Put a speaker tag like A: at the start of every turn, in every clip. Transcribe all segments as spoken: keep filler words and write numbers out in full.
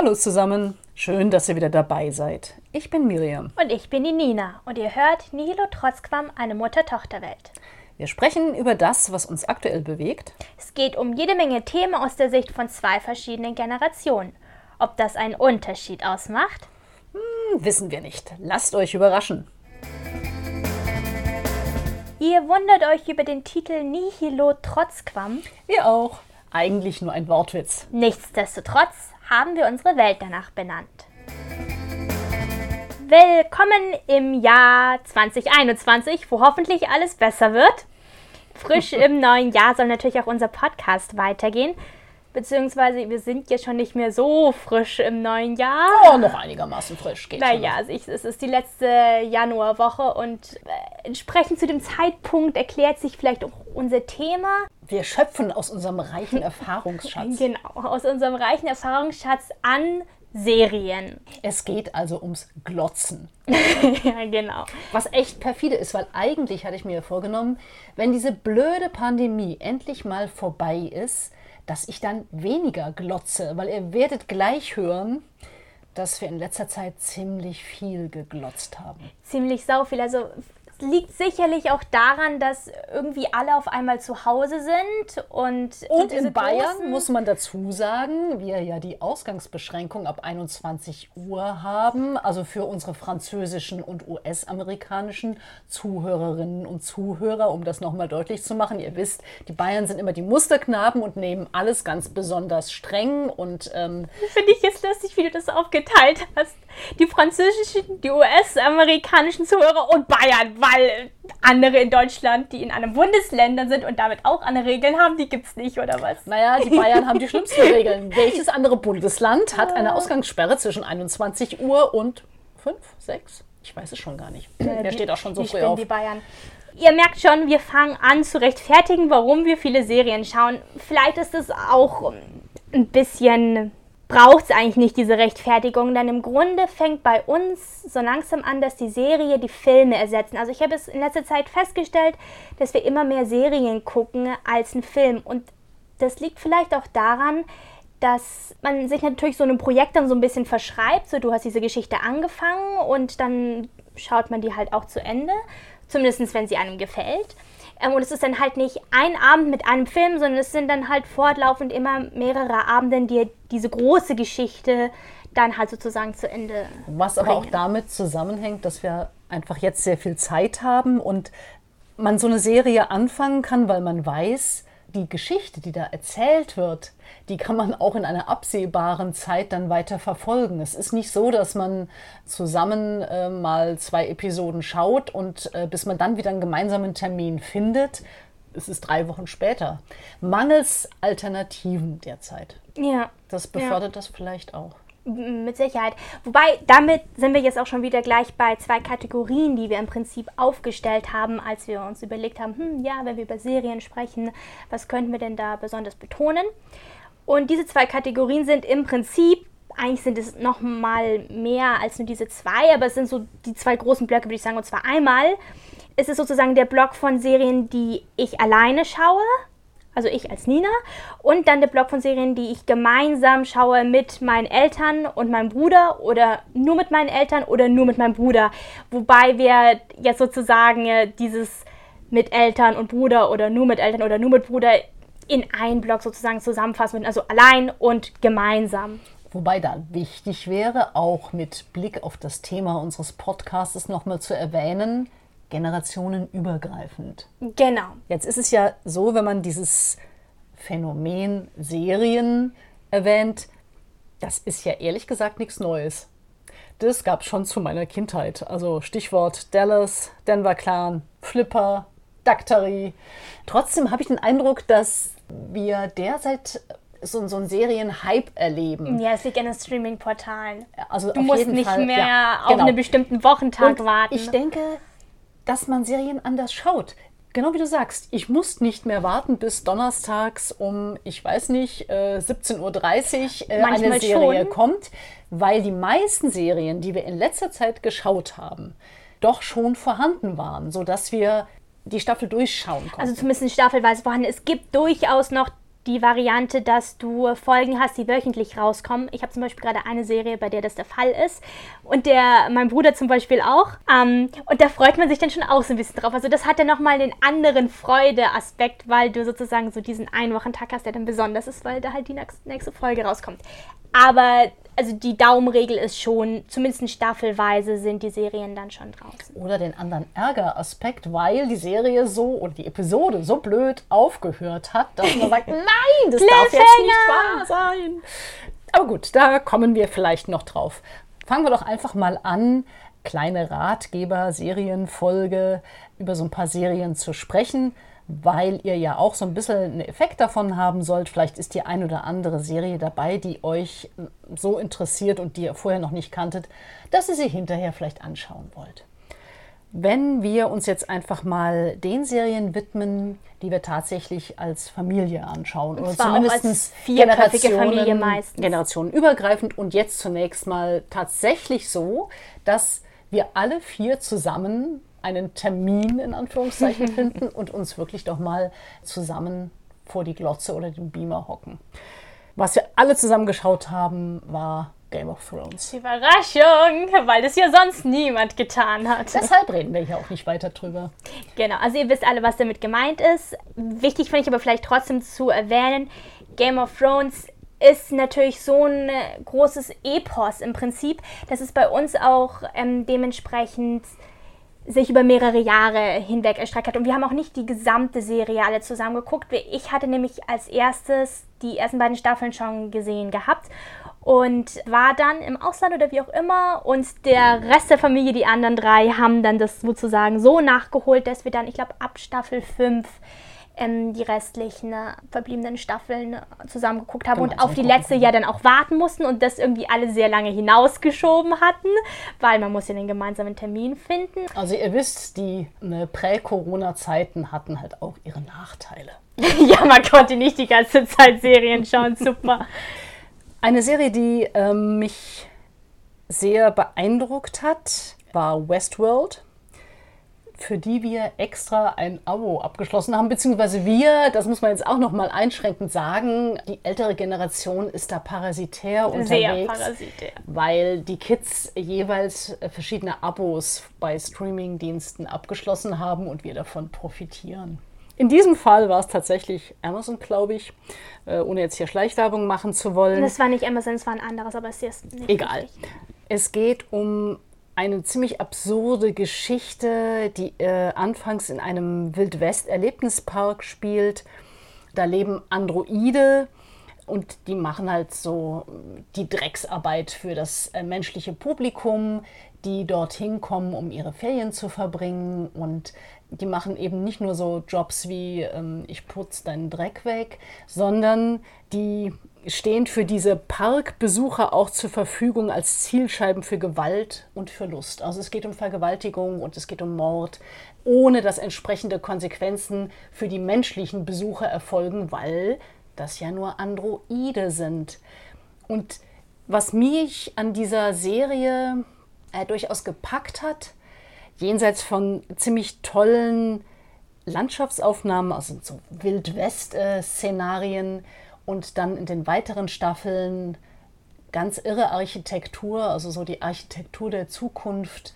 A: Hallo zusammen, schön, dass ihr wieder dabei seid. Ich bin Miriam.
B: Und ich bin die Nina und ihr hört Nihilo Trotzquam, eine Mutter-Tochter-Welt.
A: Wir sprechen über das, was uns aktuell bewegt.
B: Es geht um jede Menge Themen aus der Sicht von zwei verschiedenen Generationen. Ob das einen Unterschied ausmacht?
A: Hm, wissen wir nicht. Lasst euch überraschen.
B: Ihr wundert euch über den Titel Nihilo Trotzquam?
A: Wir auch. Eigentlich nur ein Wortwitz.
B: Nichtsdestotrotz haben wir unsere Welt danach benannt. Willkommen im Jahr zwanzig einundzwanzig, wo hoffentlich alles besser wird. Frisch im neuen Jahr soll natürlich auch unser Podcast weitergehen. Beziehungsweise wir sind jetzt schon nicht mehr so frisch im neuen Jahr.
A: Oh, noch einigermaßen frisch geht
B: Naja, also ich, es ist die letzte Januarwoche und äh, entsprechend zu dem Zeitpunkt erklärt sich vielleicht auch unser Thema.
A: Wir schöpfen aus unserem reichen Erfahrungsschatz.
B: Genau, aus unserem reichen Erfahrungsschatz an Serien.
A: Es geht also ums Glotzen.
B: Ja, genau.
A: Was echt perfide ist, weil eigentlich hatte ich mir vorgenommen, wenn diese blöde Pandemie endlich mal vorbei ist, dass ich dann weniger glotze, weil ihr werdet gleich hören, dass wir in letzter Zeit ziemlich viel geglotzt haben.
B: Ziemlich sau viel. Also es liegt sicherlich auch daran, dass irgendwie alle auf einmal zu Hause sind. Und,
A: und in Bayern muss man dazu sagen, wir ja die Ausgangsbeschränkung ab einundzwanzig Uhr haben, also für unsere französischen und U S-amerikanischen Zuhörerinnen und Zuhörer, um das nochmal deutlich zu machen. Ihr wisst, die Bayern sind immer die Musterknaben und nehmen alles ganz besonders streng. Und ähm,
B: finde ich jetzt lustig, wie du das aufgeteilt hast. Die französischen, die U S-amerikanischen Zuhörer und Bayern, weil andere in Deutschland, die in anderen Bundesländern sind und damit auch andere Regeln haben, die gibt es nicht, oder was?
A: Naja, die Bayern haben die schlimmsten Regeln. Welches andere Bundesland hat eine Ausgangssperre zwischen einundzwanzig Uhr und fünf, sechs? Ich weiß es schon gar nicht.
B: Ja,
A: Der steht auch schon so
B: die
A: früh auf.
B: Die Bayern. Ihr merkt schon, wir fangen an zu rechtfertigen, warum wir viele Serien schauen. Vielleicht ist es auch ein bisschen... braucht es eigentlich nicht, diese Rechtfertigung, denn im Grunde fängt bei uns so langsam an, dass die Serie die Filme ersetzen. Also ich habe es in letzter Zeit festgestellt, dass wir immer mehr Serien gucken als einen Film. Und das liegt vielleicht auch daran, dass man sich natürlich so einem Projekt dann so ein bisschen verschreibt. So, du hast diese Geschichte angefangen und dann schaut man die halt auch zu Ende, zumindest wenn sie einem gefällt. Und es ist dann halt nicht ein Abend mit einem Film, sondern es sind dann halt fortlaufend immer mehrere Abende, die diese große Geschichte dann halt sozusagen zu Ende
A: Was
B: bringen.
A: aber auch damit zusammenhängt, dass wir einfach jetzt sehr viel Zeit haben und man so eine Serie anfangen kann, weil man weiß, die Geschichte, die da erzählt wird, die kann man auch in einer absehbaren Zeit dann weiter verfolgen. Es ist nicht so, dass man zusammen äh, mal zwei Episoden schaut und äh, bis man dann wieder einen gemeinsamen Termin findet, es ist drei Wochen später. Mangels Alternativen derzeit.
B: Ja.
A: Das befördert ja. das vielleicht auch.
B: Mit Sicherheit. Wobei, damit sind wir jetzt auch schon wieder gleich bei zwei Kategorien, die wir im Prinzip aufgestellt haben, als wir uns überlegt haben, hm, ja, wenn wir über Serien sprechen, was könnten wir denn da besonders betonen? Und diese zwei Kategorien sind im Prinzip, eigentlich sind es noch mal mehr als nur diese zwei, aber es sind so die zwei großen Blöcke, würde ich sagen. Und zwar einmal ist es sozusagen der Block von Serien, die ich alleine schaue, also ich als Nina, und dann der Block von Serien, die ich gemeinsam schaue mit meinen Eltern und meinem Bruder oder nur mit meinen Eltern oder nur mit meinem Bruder. Wobei wir jetzt sozusagen dieses mit Eltern und Bruder oder nur mit Eltern oder nur mit Bruder in einen Block sozusagen zusammenfassen, also allein und gemeinsam.
A: Wobei da wichtig wäre, auch mit Blick auf das Thema unseres Podcasts nochmal zu erwähnen, generationenübergreifend.
B: Genau.
A: Jetzt ist es ja so, wenn man dieses Phänomen Serien erwähnt, das ist ja ehrlich gesagt nichts Neues. Das gab es schon zu meiner Kindheit. Also Stichwort Dallas, Denver Clan, Flipper, Daktari. Trotzdem habe ich den Eindruck, dass wir derzeit so, so einen Serien-Hype erleben.
B: Ja, es liegt an den Streaming-Portalen.
A: Also
B: du
A: auf
B: musst
A: jeden
B: nicht
A: Fall,
B: mehr
A: ja,
B: auf
A: genau.
B: einen bestimmten Wochentag
A: Und
B: warten.
A: Ich denke, dass man Serien anders schaut. Genau wie du sagst, ich muss nicht mehr warten bis donnerstags um, ich weiß nicht, äh, siebzehn Uhr dreißig äh, eine Serie schon. kommt, weil die meisten Serien, die wir in letzter Zeit geschaut haben, doch schon vorhanden waren, sodass wir die Staffel durchschauen konnten.
B: Also zumindest staffelweise vorhanden. Es gibt durchaus noch die Variante, dass du Folgen hast, die wöchentlich rauskommen. Ich habe zum Beispiel gerade eine Serie, bei der das der Fall ist. Und der, mein Bruder zum Beispiel auch. Ähm, und da freut man sich dann schon auch so ein bisschen drauf. Also das hat dann nochmal einen anderen Freudeaspekt, weil du sozusagen so diesen Ein-Wochen-Tag hast, der dann besonders ist, weil da halt die nächste Folge rauskommt. Aber also die Daumenregel ist schon, zumindest staffelweise sind die Serien dann schon draußen.
A: Oder den anderen Ärgeraspekt, weil die Serie so oder die Episode so blöd aufgehört hat, dass man sagt, nein, das darf jetzt nicht wahr sein. Aber gut, da kommen wir vielleicht noch drauf. Fangen wir doch einfach mal an, kleine Ratgeber-Serienfolge über so ein paar Serien zu sprechen, weil ihr ja auch so ein bisschen einen Effekt davon haben sollt. Vielleicht ist die ein oder andere Serie dabei, die euch so interessiert und die ihr vorher noch nicht kanntet, dass ihr sie hinterher vielleicht anschauen wollt. Wenn wir uns jetzt einfach mal den Serien widmen, die wir tatsächlich als Familie anschauen.
B: Und
A: oder
B: zwar
A: zumindest
B: auch als vierköpfige Familie meistens.
A: Generationenübergreifend und jetzt zunächst mal tatsächlich so, dass wir alle vier zusammen einen Termin in Anführungszeichen finden und uns wirklich doch mal zusammen vor die Glotze oder den Beamer hocken. Was wir alle zusammen geschaut haben, war Game of Thrones.
B: Überraschung, weil das ja sonst niemand getan hat.
A: Deshalb reden wir hier auch nicht weiter drüber.
B: Genau, also ihr wisst alle, was damit gemeint ist. Wichtig finde ich aber vielleicht trotzdem zu erwähnen, Game of Thrones ist natürlich so ein großes Epos im Prinzip, dass es bei uns auch ähm, dementsprechend sich über mehrere Jahre hinweg erstreckt hat. Und wir haben auch nicht die gesamte Serie alle zusammen geguckt. Ich hatte nämlich als erstes die ersten beiden Staffeln schon gesehen gehabt und war dann im Ausland oder wie auch immer. Und der Rest der Familie, die anderen drei, haben dann das sozusagen so nachgeholt, dass wir dann, ich glaube, ab Staffel fünf ähm, die restlichen äh, verbliebenen Staffeln äh, zusammen geguckt haben und auf die letzte ja dann auch warten mussten und das irgendwie alle sehr lange hinausgeschoben hatten, weil man muss ja den gemeinsamen Termin finden.
A: Also ihr wisst, die ne, Prä-Corona-Zeiten hatten halt auch ihre Nachteile.
B: Ja, man konnte nicht die ganze Zeit Serien schauen, super.
A: Eine Serie, die ähm, mich sehr beeindruckt hat, war Westworld, für die wir extra ein Abo abgeschlossen haben, beziehungsweise wir, das muss man jetzt auch noch mal einschränkend sagen, die ältere Generation ist da parasitär unterwegs,
B: sehr parasitär,
A: weil die Kids jeweils verschiedene Abos bei Streamingdiensten abgeschlossen haben und wir davon profitieren. In diesem Fall war es tatsächlich Amazon, glaube ich, äh, ohne jetzt hier Schleichwerbung machen zu wollen.
B: Das war nicht Amazon, es war ein anderes, aber es ist nicht
A: egal.
B: Richtig.
A: Es geht um eine ziemlich absurde Geschichte, die äh, anfangs in einem Wildwest-Erlebnispark spielt. Da leben Androide und die machen halt so die Drecksarbeit für das äh, menschliche Publikum, die dorthin kommen, um ihre Ferien zu verbringen. Und die machen eben nicht nur so Jobs wie ähm, ich putze deinen Dreck weg, sondern die stehen für diese Parkbesucher auch zur Verfügung als Zielscheiben für Gewalt und für Lust. Also es geht um Vergewaltigung und es geht um Mord, ohne dass entsprechende Konsequenzen für die menschlichen Besucher erfolgen, weil das ja nur Androide sind. Und was mich an dieser Serie äh, durchaus gepackt hat, jenseits von ziemlich tollen Landschaftsaufnahmen, also so Wildwest-Szenarien, und dann in den weiteren Staffeln ganz irre Architektur, also so die Architektur der Zukunft,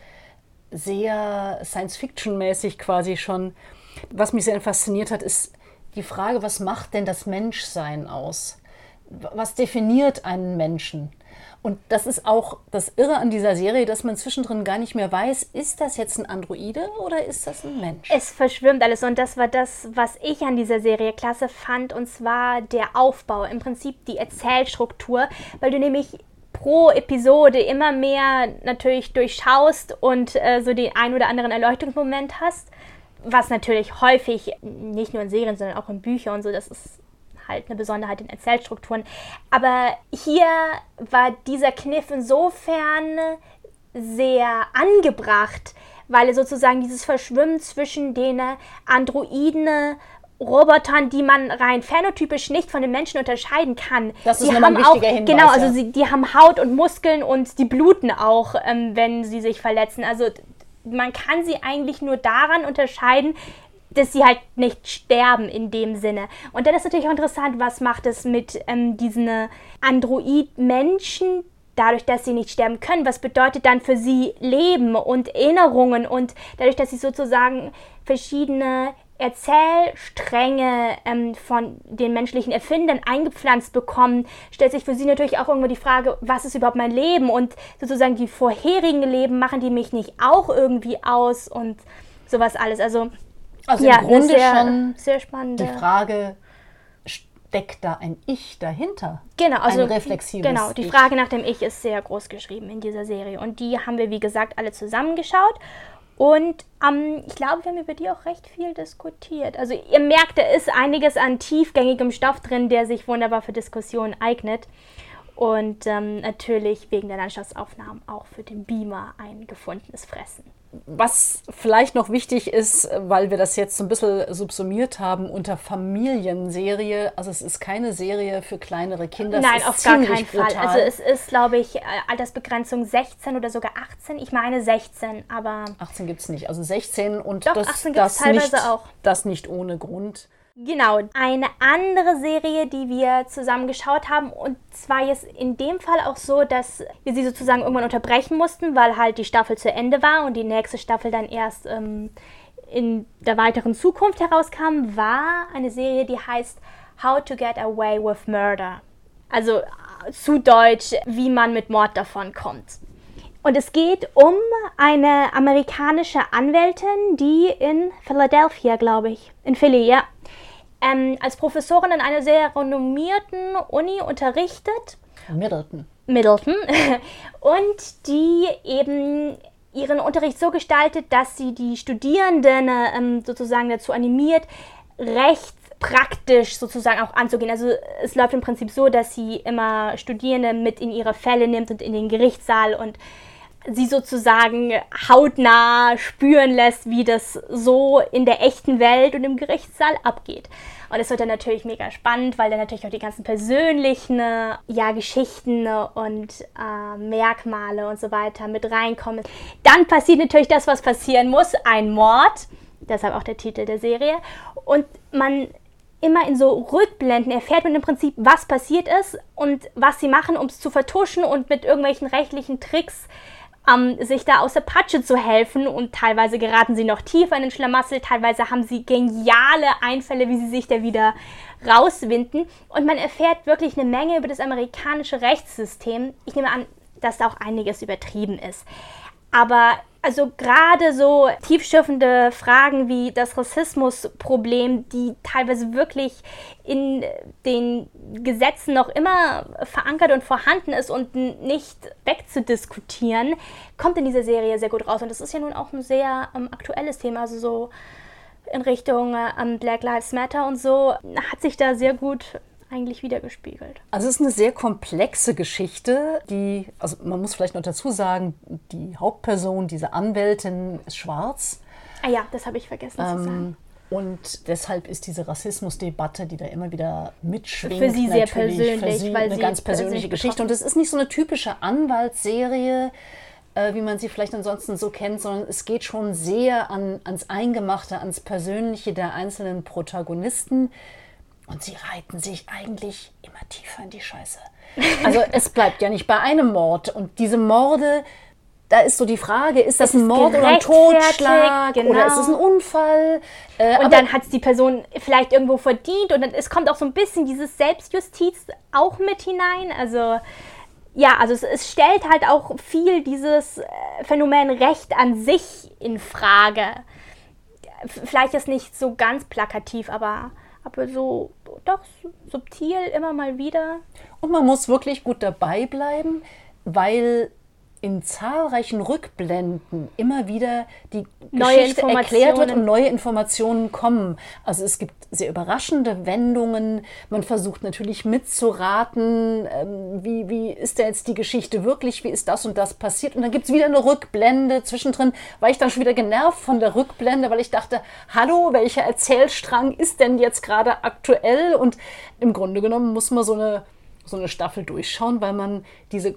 A: sehr Science-Fiction-mäßig quasi schon. Was mich sehr fasziniert hat, ist die Frage, was macht denn das Menschsein aus? Was definiert einen Menschen? Und das ist auch das Irre an dieser Serie, dass man zwischendrin gar nicht mehr weiß, ist das jetzt ein Androide oder ist das ein Mensch?
B: Es verschwimmt alles und das war das, was ich an dieser Serie klasse fand, und zwar der Aufbau, im Prinzip die Erzählstruktur, weil du nämlich pro Episode immer mehr natürlich durchschaust und äh, so den ein oder anderen Erleuchtungsmoment hast, was natürlich häufig, nicht nur in Serien, sondern auch in Büchern und so, das ist halt eine Besonderheit in Erzählstrukturen. Aber hier war dieser Kniff insofern sehr angebracht, weil sozusagen dieses Verschwimmen zwischen den Androiden, Robotern, die man rein phänotypisch nicht von den Menschen unterscheiden kann.
A: Das ist
B: die
A: nochmal ein
B: haben
A: wichtiger
B: auch,
A: Hinweis.
B: Genau, also
A: ja.
B: sie, die haben Haut und Muskeln und die bluten auch, ähm, wenn sie sich verletzen. Also man kann sie eigentlich nur daran unterscheiden, dass sie halt nicht sterben in dem Sinne. Und dann ist natürlich auch interessant, was macht es mit ähm, diesen Android-Menschen, dadurch, dass sie nicht sterben können, was bedeutet dann für sie Leben und Erinnerungen und dadurch, dass sie sozusagen verschiedene Erzählstränge ähm, von den menschlichen Erfindern eingepflanzt bekommen, stellt sich für sie natürlich auch irgendwo die Frage, was ist überhaupt mein Leben und sozusagen die vorherigen Leben, machen die mich nicht auch irgendwie aus und sowas alles. Also,
A: also
B: ja,
A: im Grunde
B: sehr,
A: schon
B: sehr spannende
A: die Frage, steckt da ein Ich dahinter?
B: Genau, also
A: ein reflexives
B: genau, die
A: Ich.
B: Frage nach dem Ich ist sehr groß geschrieben in dieser Serie und die haben wir, wie gesagt, alle zusammengeschaut. Und ähm, ich glaube, wir haben über die auch recht viel diskutiert. Also ihr merkt, da ist einiges an tiefgängigem Stoff drin, der sich wunderbar für Diskussionen eignet. Und ähm, natürlich wegen der Landschaftsaufnahmen auch für den Beamer ein gefundenes Fressen.
A: Was vielleicht noch wichtig ist, weil wir das jetzt so ein bisschen subsumiert haben unter Familienserie, also es ist keine Serie für kleinere Kinder.
B: Nein,
A: es ist
B: auf gar keinen
A: brutal.
B: Fall. Also es ist, glaube ich, Altersbegrenzung sechzehn oder sogar achtzehn. Ich meine sechzehn, aber...
A: achtzehn gibt es nicht, also sechzehn und
B: Doch,
A: das,
B: achtzehn gibt's
A: das,
B: teilweise
A: nicht,
B: auch.
A: das nicht ohne Grund.
B: Genau, eine andere Serie, die wir zusammen geschaut haben, und zwar jetzt in dem Fall auch so, dass wir sie sozusagen irgendwann unterbrechen mussten, weil halt die Staffel zu Ende war und die nächste Staffel dann erst ähm, in der weiteren Zukunft herauskam, war eine Serie, die heißt How to Get Away with Murder. Also äh, zu Deutsch, wie man mit Mord davon kommt. Und es geht um eine amerikanische Anwältin, die in Philadelphia, glaube ich, in Philly, ja, Ähm, als Professorin in einer sehr renommierten Uni unterrichtet.
A: Middleton.
B: Middleton. Und die eben ihren Unterricht so gestaltet, dass sie die Studierenden ähm, sozusagen dazu animiert, recht praktisch sozusagen auch anzugehen. Also es läuft im Prinzip so, dass sie immer Studierende mit in ihre Fälle nimmt und in den Gerichtssaal und sie sozusagen hautnah spüren lässt, wie das so in der echten Welt und im Gerichtssaal abgeht. Und es wird dann natürlich mega spannend, weil dann natürlich auch die ganzen persönlichen ja, Geschichten und äh, Merkmale und so weiter mit reinkommen. Dann passiert natürlich das, was passieren muss, ein Mord, deshalb auch der Titel der Serie. Und man immer in so Rückblenden erfährt man im Prinzip, was passiert ist und was sie machen, um es zu vertuschen und mit irgendwelchen rechtlichen Tricks Um, sich da aus der Patsche zu helfen, und teilweise geraten sie noch tiefer in den Schlamassel, teilweise haben sie geniale Einfälle, wie sie sich da wieder rauswinden, und man erfährt wirklich eine Menge über das amerikanische Rechtssystem. Ich nehme an, dass da auch einiges übertrieben ist. Aber also gerade so tiefschürfende Fragen wie das Rassismusproblem, die teilweise wirklich in den Gesetzen noch immer verankert und vorhanden ist und nicht wegzudiskutieren, kommt in dieser Serie sehr gut raus. Und das ist ja nun auch ein sehr ähm, aktuelles Thema, also so in Richtung ähm, Black Lives Matter und so, hat sich da sehr gut eigentlich wiedergespiegelt.
A: Also es ist eine sehr komplexe Geschichte, die, also man muss vielleicht noch dazu sagen, die Hauptperson, diese Anwältin, ist schwarz.
B: Ah ja, das habe ich vergessen ähm, zu sagen.
A: Und deshalb ist diese Rassismusdebatte, die da immer wieder mitschwingt,
B: für sie sehr
A: persönlich,
B: persönlich,
A: für sie
B: weil
A: eine
B: sie
A: ganz persönliche Geschichte. Und es ist nicht so eine typische Anwaltsserie, äh, wie man sie vielleicht ansonsten so kennt, sondern es geht schon sehr an, ans Eingemachte, ans Persönliche der einzelnen Protagonisten. Und sie reiten sich eigentlich immer tiefer in die Scheiße. Also es bleibt ja nicht bei einem Mord. Und diese Morde, da ist so die Frage, ist das ein Mord oder ein Totschlag?
B: Genau.
A: Oder ist es ein Unfall?
B: Äh, und dann hat es die Person vielleicht irgendwo verdient. Und dann es kommt auch so ein bisschen dieses Selbstjustiz auch mit hinein. Also ja, also es, es stellt halt auch viel dieses Phänomen Recht an sich in Frage. Vielleicht ist nicht so ganz plakativ, aber... aber so doch subtil immer mal wieder.
A: Und man muss wirklich gut dabei bleiben, weil in zahlreichen Rückblenden immer wieder die
B: neue
A: Geschichte erklärt wird und neue Informationen kommen. Also es gibt sehr überraschende Wendungen. Man versucht natürlich mitzuraten, ähm, wie, wie ist denn jetzt die Geschichte wirklich, wie ist das und das passiert. Und dann gibt es wieder eine Rückblende zwischendrin, war ich dann schon wieder genervt von der Rückblende, weil ich dachte, hallo, welcher Erzählstrang ist denn jetzt gerade aktuell? Und im Grunde genommen muss man so eine, so eine Staffel durchschauen, weil man diese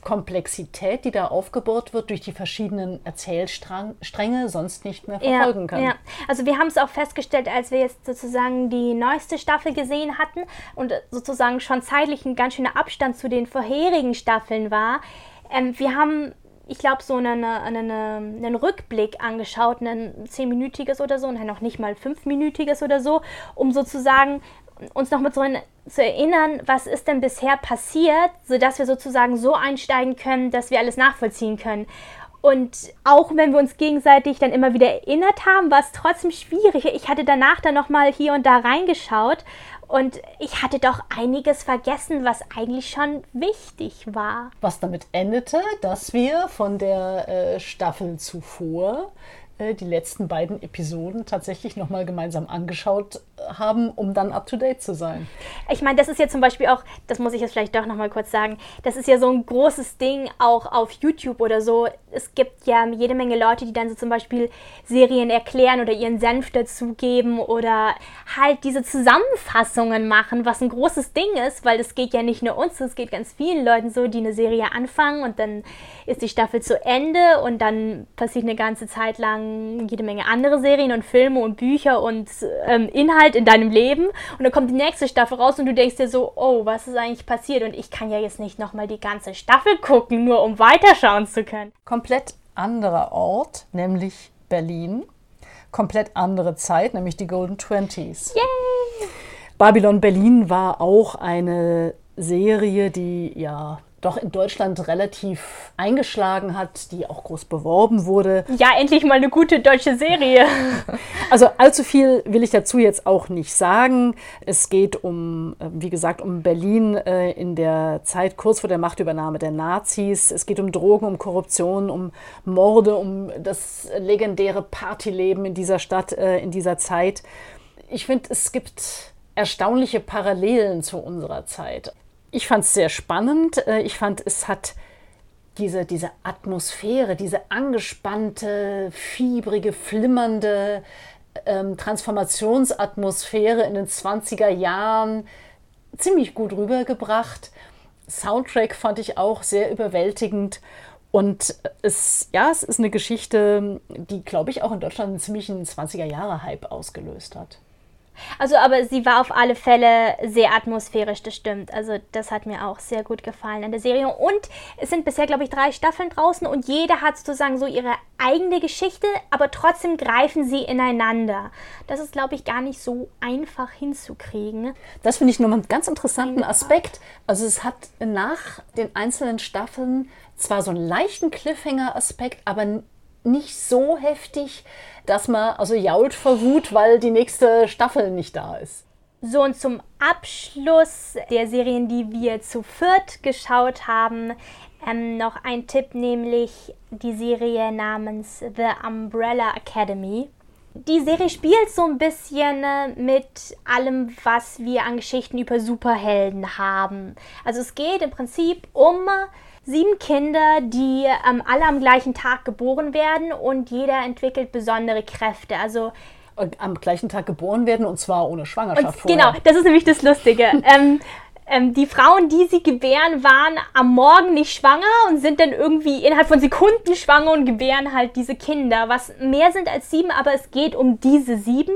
A: Komplexität, die da aufgebaut wird durch die verschiedenen Erzählstränge, sonst nicht mehr verfolgen
B: ja,
A: kann.
B: Ja. Also wir haben es auch festgestellt, als wir jetzt sozusagen die neueste Staffel gesehen hatten und sozusagen schon zeitlich ein ganz schöner Abstand zu den vorherigen Staffeln war. Ähm, wir haben, ich glaube, so einen, einen, einen Rückblick angeschaut, ein zehnminütiges oder so, und noch nicht mal fünfminütiges oder so, um sozusagen uns nochmal zu, zu erinnern, was ist denn bisher passiert, sodass wir sozusagen so einsteigen können, dass wir alles nachvollziehen können. Und auch wenn wir uns gegenseitig dann immer wieder erinnert haben, war es trotzdem schwierig. Ich hatte danach dann nochmal hier und da reingeschaut und ich hatte doch einiges vergessen, was eigentlich schon wichtig war.
A: Was damit endete, dass wir von der äh, Staffel zuvor die letzten beiden Episoden tatsächlich nochmal gemeinsam angeschaut haben, um dann up-to-date zu sein.
B: Ich meine, das ist ja zum Beispiel auch, das muss ich jetzt vielleicht doch nochmal kurz sagen, das ist ja so ein großes Ding auch auf YouTube oder so. Es gibt ja jede Menge Leute, die dann so zum Beispiel Serien erklären oder ihren Senf dazugeben oder halt diese Zusammenfassungen machen, was ein großes Ding ist, weil es geht ja nicht nur uns, es geht ganz vielen Leuten so, die eine Serie anfangen und dann ist die Staffel zu Ende und dann passiert eine ganze Zeit lang jede Menge andere Serien und Filme und Bücher und ähm, Inhalt in deinem Leben und dann kommt die nächste Staffel raus und du denkst dir so, oh, was ist eigentlich passiert? Und ich kann ja jetzt nicht nochmal die ganze Staffel gucken, nur um weiterschauen zu können.
A: Komplett anderer Ort, nämlich Berlin. Komplett andere Zeit, nämlich die Golden Twenties.
B: Yay!
A: Babylon Berlin war auch eine Serie, die ja doch in Deutschland relativ eingeschlagen hat, die auch groß beworben wurde.
B: Ja, endlich mal eine gute deutsche Serie.
A: Also allzu viel will ich dazu jetzt auch nicht sagen. Es geht um, wie gesagt, um Berlin äh, in der Zeit kurz vor der Machtübernahme der Nazis. Es geht um Drogen, um Korruption, um Morde, um das legendäre Partyleben in dieser Stadt, äh, in dieser Zeit. Ich finde, es gibt erstaunliche Parallelen zu unserer Zeit. Ich fand es sehr spannend. Ich fand, es hat diese, diese Atmosphäre, diese angespannte, fiebrige, flimmernde ähm, Transformationsatmosphäre in den zwanziger Jahren ziemlich gut rübergebracht. Soundtrack fand ich auch sehr überwältigend. Und es, ja, es ist eine Geschichte, die, glaube ich, auch in Deutschland einen ziemlichen zwanziger-Jahre-Hype ausgelöst hat.
B: Also, aber sie war auf alle Fälle sehr atmosphärisch, das stimmt. Also, das hat mir auch sehr gut gefallen an der Serie. Und es sind bisher, glaube ich, drei Staffeln draußen und jede hat sozusagen so ihre eigene Geschichte, aber trotzdem greifen sie ineinander. Das ist, glaube ich, gar nicht so einfach hinzukriegen.
A: Das finde ich nochmal einen ganz interessanten Aspekt. Also, es hat nach den einzelnen Staffeln zwar so einen leichten Cliffhanger-Aspekt, aber nicht so heftig, dass man also jault vor Wut, weil die nächste Staffel nicht da ist.
B: So, und zum Abschluss der Serien, die wir zu viert geschaut haben, ähm, noch ein Tipp, nämlich die Serie namens The Umbrella Academy. Die Serie spielt so ein bisschen äh, mit allem, was wir an Geschichten über Superhelden haben. Also es geht im Prinzip um sieben Kinder, die ähm, alle am gleichen Tag geboren werden und jeder entwickelt besondere Kräfte. Also
A: und am gleichen Tag geboren werden und zwar ohne Schwangerschaft
B: und, genau, das ist nämlich das Lustige. ähm, ähm, die Frauen, die sie gebären, waren am Morgen nicht schwanger und sind dann irgendwie innerhalb von Sekunden schwanger und gebären halt diese Kinder, was mehr sind als sieben, aber es geht um diese sieben,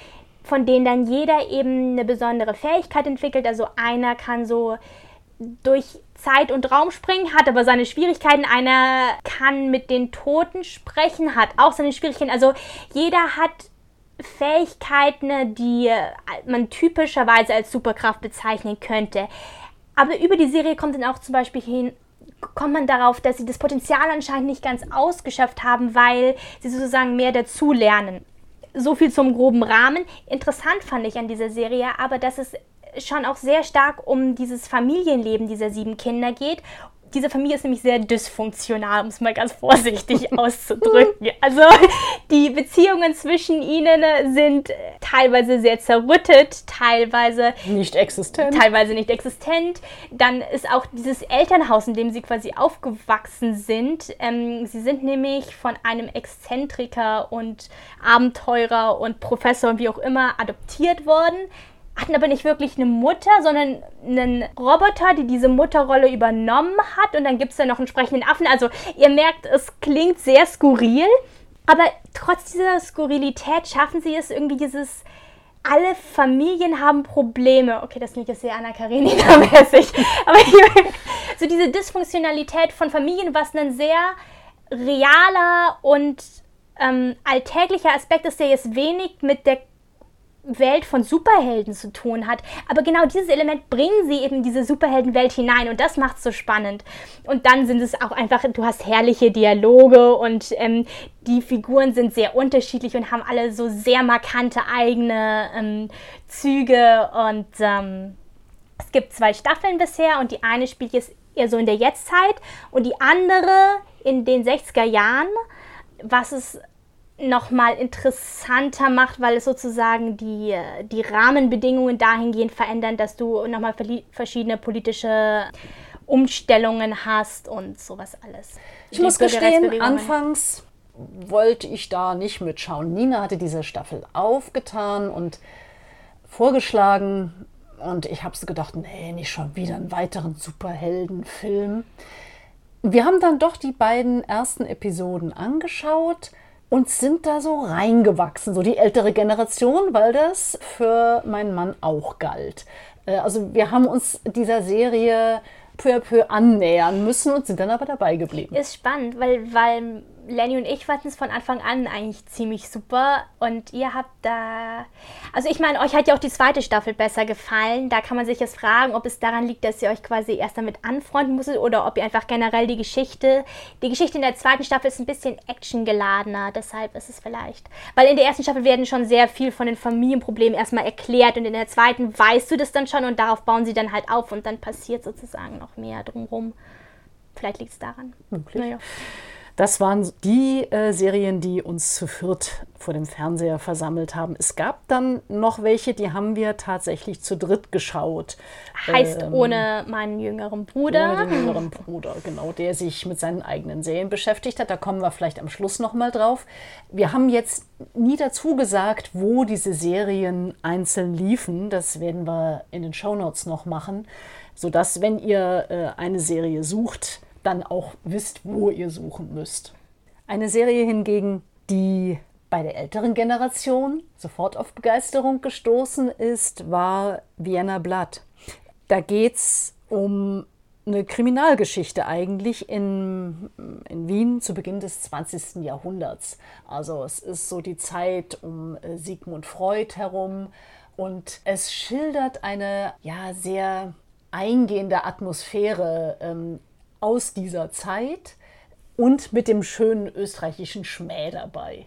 B: von denen dann jeder eben eine besondere Fähigkeit entwickelt. Also einer kann so durch Zeit und Raum springen, hat aber seine Schwierigkeiten. Einer kann mit den Toten sprechen, hat auch seine Schwierigkeiten. Also jeder hat Fähigkeiten, die man typischerweise als Superkraft bezeichnen könnte. Aber über die Serie kommt dann auch zum Beispiel hin, kommt man darauf, dass sie das Potenzial anscheinend nicht ganz ausgeschöpft haben, weil sie sozusagen mehr dazulernen. So viel zum groben Rahmen. Interessant fand ich an dieser Serie, aber dass es schon auch sehr stark um dieses Familienleben dieser sieben Kinder geht. Diese Familie ist nämlich sehr dysfunktional, um es mal ganz vorsichtig auszudrücken. Also die Beziehungen zwischen ihnen sind teilweise sehr zerrüttet, teilweise
A: nicht existent.
B: Teilweise nicht existent. Dann ist auch dieses Elternhaus, in dem sie quasi aufgewachsen sind. Ähm, sie sind nämlich von einem Exzentriker und Abenteurer und Professor und wie auch immer adoptiert worden. hatten aber nicht wirklich eine Mutter, sondern einen Roboter, die diese Mutterrolle übernommen hat. Und dann gibt es da noch einen sprechenden Affen. Also ihr merkt, es klingt sehr skurril. Aber trotz dieser Skurrilität schaffen sie es irgendwie dieses... Alle Familien haben Probleme. Okay, das klingt jetzt sehr Anna Karenina-mäßig. Aber so diese Dysfunktionalität von Familien, was ein sehr realer und ähm, alltäglicher Aspekt ist, der jetzt wenig mit der Welt von Superhelden zu tun hat. Aber genau dieses Element bringen sie eben diese Superheldenwelt hinein und das macht es so spannend. Und dann sind es auch einfach, du hast herrliche Dialoge und ähm, die Figuren sind sehr unterschiedlich und haben alle so sehr markante eigene ähm, Züge und ähm, es gibt zwei Staffeln bisher und die eine spielt jetzt eher so in der Jetztzeit und die andere in den sechziger Jahren, was es nochmal interessanter macht, weil es sozusagen die, die Rahmenbedingungen dahingehend verändern, dass du nochmal verschiedene politische Umstellungen hast und sowas alles.
A: Ich muss gestehen, anfangs wollte ich da nicht mitschauen. Nina hatte diese Staffel aufgetan und vorgeschlagen und ich habe so gedacht, nee, nicht schon wieder einen weiteren Superheldenfilm. Wir haben dann doch die beiden ersten Episoden angeschaut und sind da so reingewachsen, so die ältere Generation, weil das für meinen Mann auch galt. Also wir haben uns dieser Serie peu à peu annähern müssen und sind dann aber dabei geblieben.
B: Ist spannend, weil, weil Lenny und ich fanden es von Anfang an eigentlich ziemlich super und ihr habt da, also ich meine, euch hat ja auch die zweite Staffel besser gefallen, da kann man sich jetzt fragen, ob es daran liegt, dass ihr euch quasi erst damit anfreunden musstet oder ob ihr einfach generell die Geschichte, die Geschichte in der zweiten Staffel ist ein bisschen actiongeladener, deshalb ist es vielleicht, weil in der ersten Staffel werden schon sehr viel von den Familienproblemen erstmal erklärt und in der zweiten weißt du das dann schon und darauf bauen sie dann halt auf und dann passiert sozusagen noch mehr drumherum. Vielleicht liegt es daran.
A: Möglich.
B: Naja.
A: Das waren die äh, Serien, die uns zu viert vor dem Fernseher versammelt haben. Es gab dann noch welche, die haben wir tatsächlich zu dritt geschaut.
B: Heißt
A: ähm,
B: ohne meinen jüngeren Bruder.
A: Ohne den jüngeren Bruder, genau, der sich mit seinen eigenen Serien beschäftigt hat. Da kommen wir vielleicht am Schluss nochmal drauf. Wir haben jetzt nie dazu gesagt, wo diese Serien einzeln liefen. Das werden wir in den Shownotes noch machen, sodass, wenn ihr äh, eine Serie sucht, dann auch wisst, wo ihr suchen müsst. Eine Serie hingegen, die bei der älteren Generation sofort auf Begeisterung gestoßen ist, war Vienna Blood. Da geht es um eine Kriminalgeschichte eigentlich in, in Wien zu Beginn des zwanzigsten Jahrhunderts. Also es ist so die Zeit um Sigmund Freud herum und es schildert eine ja, sehr eingehende Atmosphäre ähm, aus dieser Zeit und mit dem schönen österreichischen Schmäh dabei.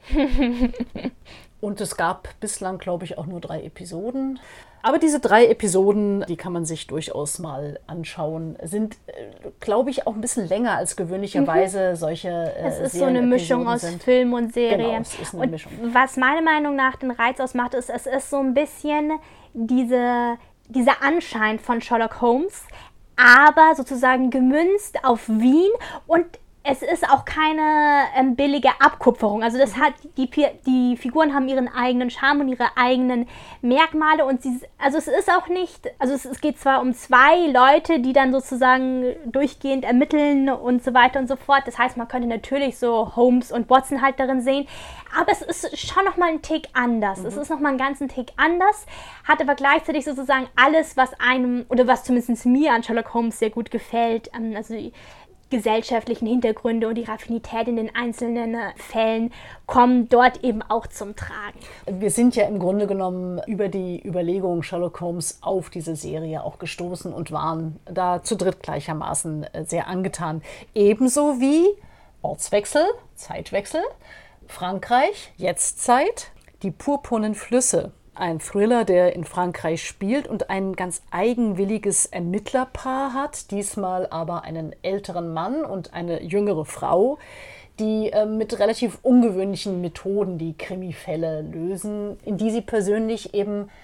A: Und es gab bislang, glaube ich, auch nur drei Episoden. Aber diese drei Episoden, die kann man sich durchaus mal anschauen, sind, glaube ich, auch ein bisschen länger als gewöhnlicherweise mhm. solche äh,
B: Es ist so eine Mischung aus sind. Film und Serie.
A: Genau, es ist eine
B: und
A: Mischung.
B: Was meiner Meinung nach den Reiz ausmacht, ist, es ist so ein bisschen diese, dieser Anschein von Sherlock Holmes, aber sozusagen gemünzt auf Wien und es ist auch keine ähm, billige Abkupferung. Also das hat die, die Figuren haben ihren eigenen Charme und ihre eigenen Merkmale und sie, also es ist auch nicht, also es, es geht zwar um zwei Leute, die dann sozusagen durchgehend ermitteln und so weiter und so fort. Das heißt, man könnte natürlich so Holmes und Watson halt darin sehen, aber es ist schon nochmal ein Tick anders. Mhm. Es ist nochmal einen ganzen Tick anders, hat aber gleichzeitig sozusagen alles, was einem, oder was zumindest mir an Sherlock Holmes sehr gut gefällt, ähm, also die gesellschaftlichen Hintergründe und die Raffinität in den einzelnen Fällen kommen dort eben auch zum Tragen.
A: Wir sind ja im Grunde genommen über die Überlegungen Sherlock Holmes auf diese Serie auch gestoßen und waren da zu dritt gleichermaßen sehr angetan. Ebenso wie Ortswechsel, Zeitwechsel, Frankreich, Jetztzeit, die purpurnen Flüsse. Ein Thriller, der in Frankreich spielt und ein ganz eigenwilliges Ermittlerpaar hat, diesmal aber einen älteren Mann und eine jüngere Frau, die äh, mit relativ ungewöhnlichen Methoden die Krimifälle lösen, in die sie persönlich eben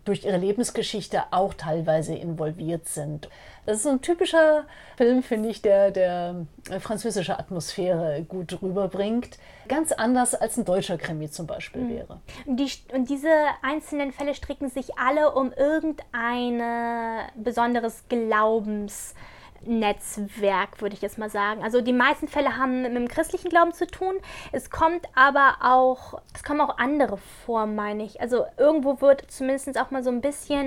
A: durch ihre Lebensgeschichte auch teilweise involviert sind. Das ist so ein typischer Film, finde ich, der, der französische Atmosphäre gut rüberbringt. Ganz anders als ein deutscher Krimi zum Beispiel wäre.
B: Und, die, und diese einzelnen Fälle stricken sich alle um irgendein besonderes Glaubens- Netzwerk, würde ich jetzt mal sagen. Also die meisten Fälle haben mit dem christlichen Glauben zu tun. Es kommt aber auch, es kommen auch andere vor, meine ich. Also irgendwo wird zumindest auch mal so ein bisschen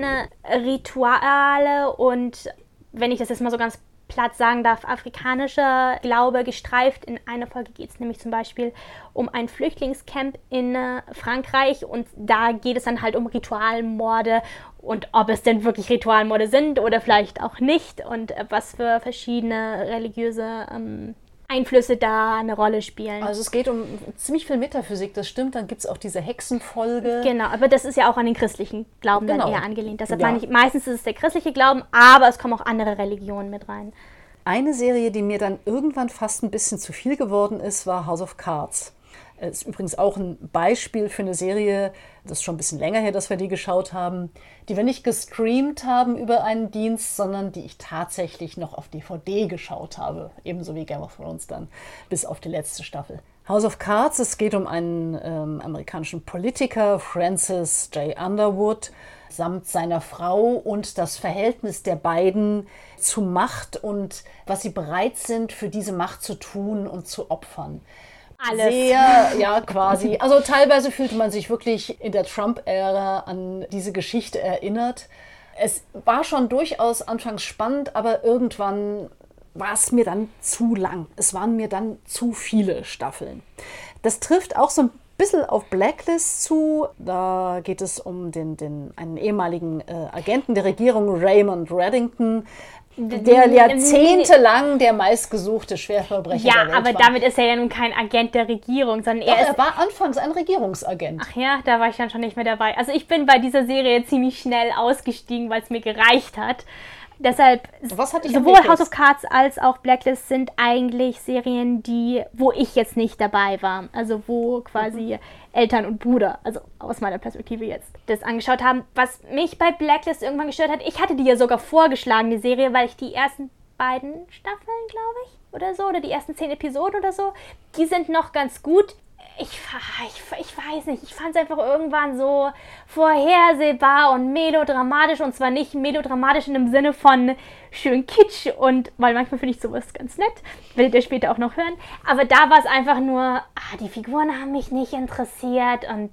B: Rituale und, wenn ich das jetzt mal so ganz platt sagen darf, afrikanischer Glaube gestreift. In einer Folge geht es nämlich zum Beispiel um ein Flüchtlingscamp in äh, Frankreich und da geht es dann halt um Ritualmorde und ob es denn wirklich Ritualmorde sind oder vielleicht auch nicht und äh, was für verschiedene religiöse ähm, Einflüsse da eine Rolle spielen.
A: Also es geht um ziemlich viel Metaphysik, das stimmt. Dann gibt es auch diese Hexenfolge.
B: Genau, aber das ist ja auch an den christlichen Glauben
A: genau.
B: dann eher angelehnt. Deshalb
A: ja.
B: meine ich, meistens ist es der christliche Glauben, aber es kommen auch andere Religionen mit rein.
A: Eine Serie, die mir dann irgendwann fast ein bisschen zu viel geworden ist, war House of Cards. Es ist übrigens auch ein Beispiel für eine Serie, das ist schon ein bisschen länger her, dass wir die geschaut haben, die wir nicht gestreamt haben über einen Dienst, sondern die ich tatsächlich noch auf D V D geschaut habe. Ebenso wie Game of Thrones dann, bis auf die letzte Staffel. House of Cards, es geht um einen ähm, amerikanischen Politiker, Francis J. Underwood, samt seiner Frau und das Verhältnis der beiden zu Macht und was sie bereit sind, für diese Macht zu tun und zu opfern.
B: Alles.
A: Sehr, ja, quasi. Also teilweise fühlte man sich wirklich in der Trump-Ära an diese Geschichte erinnert. Es war schon durchaus anfangs spannend, aber irgendwann war es mir dann zu lang. Es waren mir dann zu viele Staffeln. Das trifft auch so ein bisschen auf Blacklist zu. Da geht es um den, den, einen ehemaligen äh, Agenten der Regierung, Raymond Reddington, der jahrzehntelang der meistgesuchte Schwerverbrecher
B: ja,
A: der Welt war.
B: Ja, aber damit ist er ja nun kein Agent der Regierung, sondern er
A: Doch,
B: ist...
A: er war anfangs ein Regierungsagent.
B: Ach ja, da war ich dann schon nicht mehr dabei. Also ich bin bei dieser Serie ziemlich schnell ausgestiegen, weil es mir gereicht hat. Deshalb,
A: Was hat dich
B: sowohl
A: entwickelt?
B: House of Cards als auch Blacklist sind eigentlich Serien, die, wo ich jetzt nicht dabei war. Also wo quasi mhm. Eltern und Bruder, also aus meiner Perspektive jetzt, das angeschaut haben. Was mich bei Blacklist irgendwann gestört hat, ich hatte die ja sogar vorgeschlagen, die Serie, weil ich die ersten beiden Staffeln, glaube ich, oder so, oder die ersten zehn Episoden oder so, die sind noch ganz gut. Ich, ich, ich weiß nicht, ich fand es einfach irgendwann so vorhersehbar und melodramatisch und zwar nicht melodramatisch in dem Sinne von schön kitsch und, weil manchmal finde ich sowas ganz nett, werdet ihr später auch noch hören, aber da war es einfach nur, ah, die Figuren haben mich nicht interessiert und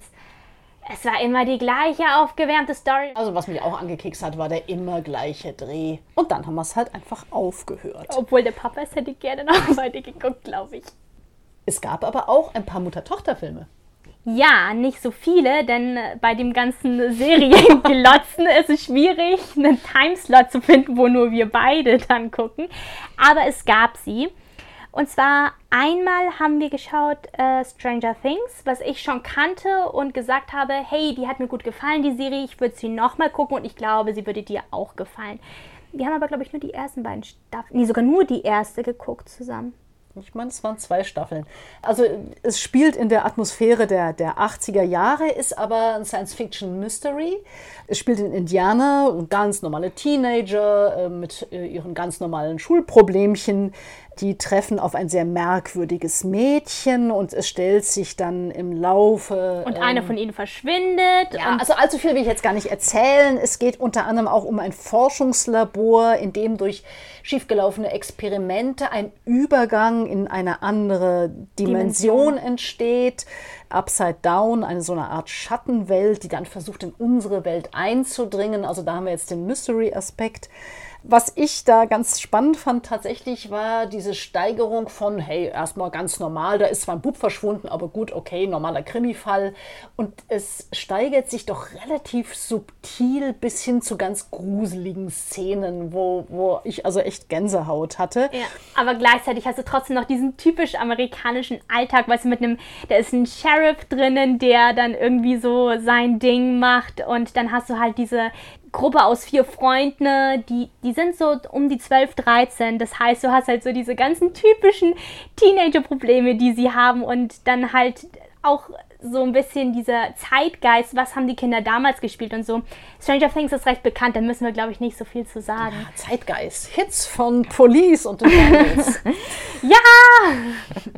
B: es war immer die gleiche aufgewärmte Story.
A: Also was mich auch angekickt hat, war der immer gleiche Dreh und dann haben wir es halt einfach aufgehört.
B: Obwohl der Papa es hätte gerne noch weiter geguckt, glaube ich.
A: Es gab aber auch ein paar Mutter-Tochter-Filme.
B: Ja, nicht so viele, denn bei dem ganzen Serienglotzen ist es schwierig, einen Timeslot zu finden, wo nur wir beide dann gucken. Aber es gab sie. Und zwar einmal haben wir geschaut äh, Stranger Things, was ich schon kannte und gesagt habe, hey, die hat mir gut gefallen, die Serie, ich würde sie nochmal gucken und ich glaube, sie würde dir auch gefallen. Wir haben aber, glaube ich, nur die ersten beiden Staffeln, nee, sogar nur die erste geguckt zusammen.
A: Ich meine, es waren zwei Staffeln. Also es spielt in der Atmosphäre der, der achtziger Jahre, ist aber ein Science-Fiction-Mystery. Es spielt in Indiana, ganz normale Teenager äh, mit äh, ihren ganz normalen Schulproblemchen. Die treffen auf ein sehr merkwürdiges Mädchen und es stellt sich dann im Laufe...
B: Und
A: ähm,
B: eine von ihnen verschwindet.
A: Ja, also allzu viel will ich jetzt gar nicht erzählen. Es geht unter anderem auch um ein Forschungslabor, in dem durch schiefgelaufene Experimente ein Übergang in eine andere Dimension, Dimension entsteht. Upside Down, eine so eine Art Schattenwelt, die dann versucht, in unsere Welt einzudringen. Also da haben wir jetzt den Mystery-Aspekt. Was ich da ganz spannend fand tatsächlich, war diese Steigerung von, hey, erstmal ganz normal, da ist zwar ein Bub verschwunden, aber gut, okay, normaler Krimi-Fall. Und es steigert sich doch relativ subtil bis hin zu ganz gruseligen Szenen, wo, wo ich also echt Gänsehaut hatte.
B: Ja, aber gleichzeitig hast du trotzdem noch diesen typisch amerikanischen Alltag, weißt du, mit einem, da ist ein Sheriff drinnen, der dann irgendwie so sein Ding macht und dann hast du halt diese Gruppe aus vier Freunden, die, die sind so um die zwölf, dreizehn. Das heißt, du hast halt so diese ganzen typischen Teenager-Probleme, die sie haben und dann halt auch so ein bisschen dieser Zeitgeist, was haben die Kinder damals gespielt und so. Stranger Things ist recht bekannt, da müssen wir, glaube ich, nicht so viel zu sagen.
A: Ja, Zeitgeist, Hits von Police und den Bengals.
B: Ja!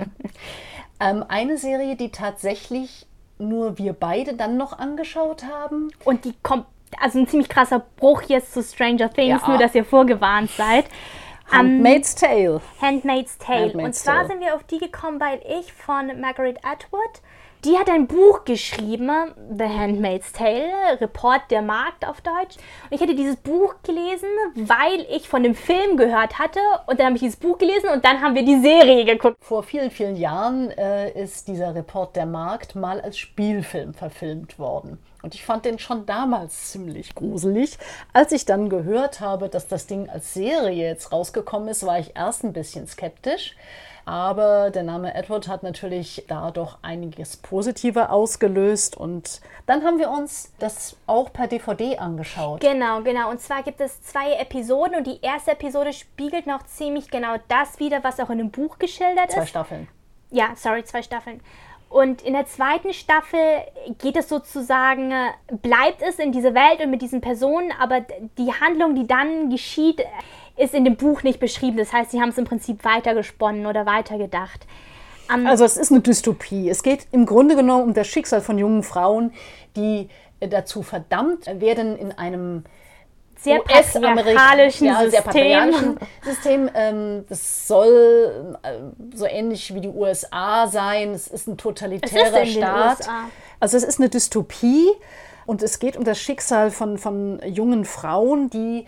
A: ähm, eine Serie, die tatsächlich nur wir beide dann noch angeschaut haben.
B: Und die kommt, also ein ziemlich krasser Bruch jetzt zu Stranger Things,
A: Ja.
B: nur dass ihr vorgewarnt seid.
A: Handmaid's Tale.
B: Handmaid's Tale.
A: Handmaid's
B: Und zwar
A: Tale.
B: sind wir auf die gekommen, weil ich von Margaret Atwood, die hat ein Buch geschrieben, The Handmaid's Tale, Report der Magd auf Deutsch. Und ich hatte dieses Buch gelesen, weil ich von dem Film gehört hatte. Und dann habe ich dieses Buch gelesen und dann haben wir die Serie geguckt.
A: Vor vielen, vielen Jahren äh, ist dieser Report der Magd mal als Spielfilm verfilmt worden. Und ich fand den schon damals ziemlich gruselig. Als ich dann gehört habe, dass das Ding als Serie jetzt rausgekommen ist, war ich erst ein bisschen skeptisch. Aber der Name Edward hat natürlich da doch einiges Positive ausgelöst. Und dann haben wir uns das auch per D V D angeschaut.
B: Genau, genau. Und zwar gibt es zwei Episoden und die erste Episode spiegelt noch ziemlich genau das wider, was auch in dem Buch geschildert
A: Zwei
B: ist.
A: Staffeln.
B: Ja, sorry, zwei Staffeln. Und in der zweiten Staffel geht es sozusagen, äh, bleibt es in dieser Welt und mit diesen Personen, aber die Handlung, die dann geschieht, ist in dem Buch nicht beschrieben. Das heißt, sie haben es im Prinzip weitergesponnen oder weitergedacht. Um,
A: Also es ist eine Dystopie. Es geht im Grunde genommen um das Schicksal von jungen Frauen, die dazu verdammt werden, in einem
B: sehr patriarchalischen
A: ja, sehr
B: System.
A: patriarchalischen System. Ähm, das soll äh, so ähnlich wie die U S A sein. Es ist ein totalitärer
B: Es ist in den
A: Staat.
B: U S A.
A: Also es ist eine Dystopie und es geht um das Schicksal von, von jungen Frauen, die,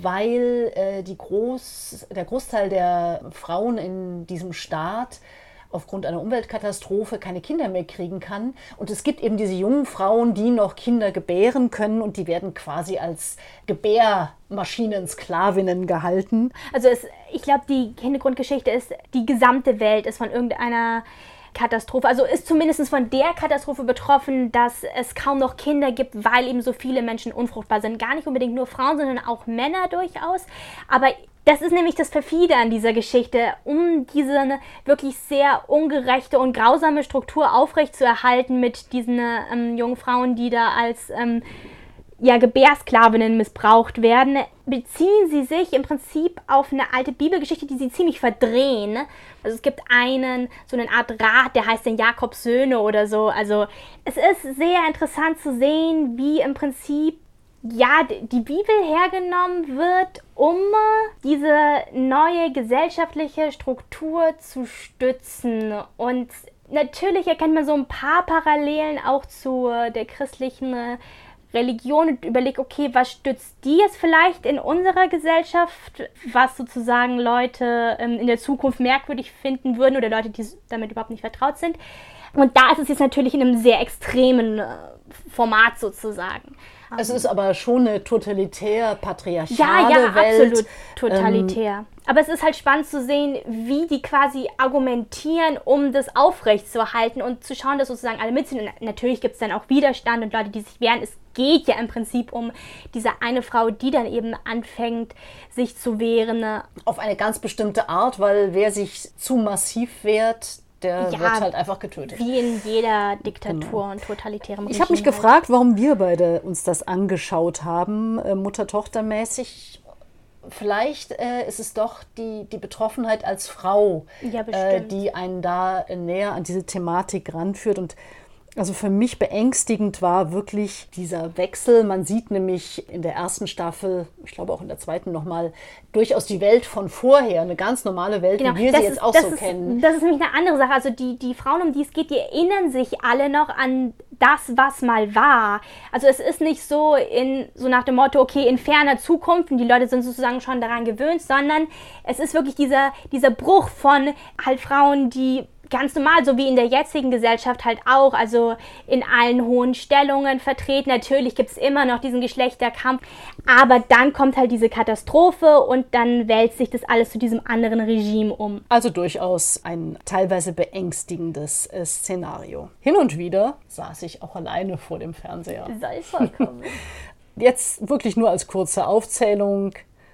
A: weil äh, die Groß, der Großteil der Frauen in diesem Staat aufgrund einer Umweltkatastrophe keine Kinder mehr kriegen kann. Und es gibt eben diese jungen Frauen, die noch Kinder gebären können und die werden quasi als Gebärmaschinen, Sklavinnen gehalten.
B: Also es, ich glaube, die Hintergrundgeschichte ist, die gesamte Welt ist von irgendeiner Katastrophe, also ist zumindest von der Katastrophe betroffen, dass es kaum noch Kinder gibt, weil eben so viele Menschen unfruchtbar sind. Gar nicht unbedingt nur Frauen, sondern auch Männer durchaus. Aber das ist nämlich das Perfide an dieser Geschichte, um diese wirklich sehr ungerechte und grausame Struktur aufrechtzuerhalten mit diesen ähm, jungen Frauen, die da als ähm, ja, Gebärsklavinnen missbraucht werden, beziehen sie sich im Prinzip auf eine alte Bibelgeschichte, die sie ziemlich verdrehen. Also es gibt einen, so eine Art Rat, der heißt den Jakobs Söhne oder so. Also es ist sehr interessant zu sehen, wie im Prinzip ja, die Bibel hergenommen wird, um diese neue gesellschaftliche Struktur zu stützen. Und natürlich erkennt man so ein paar Parallelen auch zu der christlichen Religion und überlegt, okay, was stützt die jetzt vielleicht in unserer Gesellschaft, was sozusagen Leute ähm, in der Zukunft merkwürdig finden würden oder Leute, die damit überhaupt nicht vertraut sind. Und da ist es jetzt natürlich in einem sehr extremen äh, Format sozusagen.
A: Es ist aber schon eine totalitär patriarchale
B: ja, ja,
A: Welt.
B: Absolut totalitär. Ähm, aber es ist halt spannend zu sehen, wie die quasi argumentieren, um das aufrechtzuerhalten und zu schauen, dass sozusagen alle mitziehen. Und natürlich gibt es dann auch Widerstand und Leute, die sich wehren. Es geht ja im Prinzip um diese eine Frau, die dann eben anfängt, sich zu wehren.
A: Auf eine ganz bestimmte Art, weil wer sich zu massiv wehrt, der
B: ja,
A: wird halt einfach getötet.
B: Wie in jeder Diktatur genau. und totalitärem Regime.
A: Ich habe mich halt gefragt, warum wir beide uns das angeschaut haben, äh, Mutter-Tochter-mäßig. Vielleicht äh, ist es doch die, die Betroffenheit als Frau,
B: ja,
A: äh, die einen da näher an diese Thematik ranführt. Und also für mich beängstigend war wirklich dieser Wechsel. Man sieht nämlich in der ersten Staffel, ich glaube auch in der zweiten nochmal, durchaus die Welt von vorher, eine ganz normale Welt, genau. wie wir das sie ist, jetzt auch so
B: ist,
A: kennen.
B: Das ist nämlich eine andere Sache. Also die, die Frauen, um die es geht, die erinnern sich alle noch an das, was mal war. Also es ist nicht so, in, so nach dem Motto, okay, in ferner Zukunft und die Leute sind sozusagen schon daran gewöhnt, sondern es ist wirklich dieser, dieser Bruch von halt Frauen, die ganz normal, so wie in der jetzigen Gesellschaft halt auch, also in allen hohen Stellungen vertreten. Natürlich gibt es immer noch diesen Geschlechterkampf, aber dann kommt halt diese Katastrophe und dann wälzt sich das alles zu diesem anderen Regime um.
A: Also durchaus ein teilweise beängstigendes äh, Szenario. Hin und wieder saß ich auch alleine vor dem Fernseher.
B: Sei vollkommen.
A: Jetzt wirklich nur als kurze Aufzählung.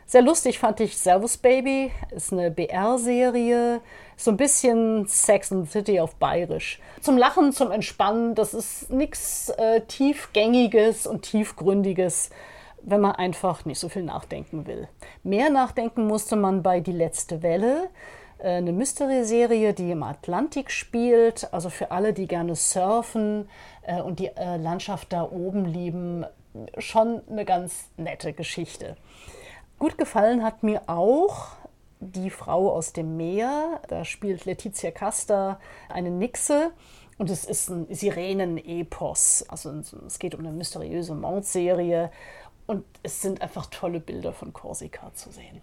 A: Sehr lustig fand ich Servus Baby, ist eine B R-Serie, so ein bisschen Sex and the City auf Bayerisch. Zum Lachen, zum Entspannen, das ist nichts äh, Tiefgängiges und Tiefgründiges, wenn man einfach nicht so viel nachdenken will. Mehr nachdenken musste man bei Die letzte Welle, äh, eine Mystery-Serie, die im Atlantik spielt, also für alle, die gerne surfen äh, und die äh, Landschaft da oben lieben, schon eine ganz nette Geschichte. Gut gefallen hat mir auch Die Frau aus dem Meer. Da spielt Letizia Casta eine Nixe und es ist ein Sirenen-Epos. Also es geht um eine mysteriöse Mordserie und es sind einfach tolle Bilder von Korsika zu sehen.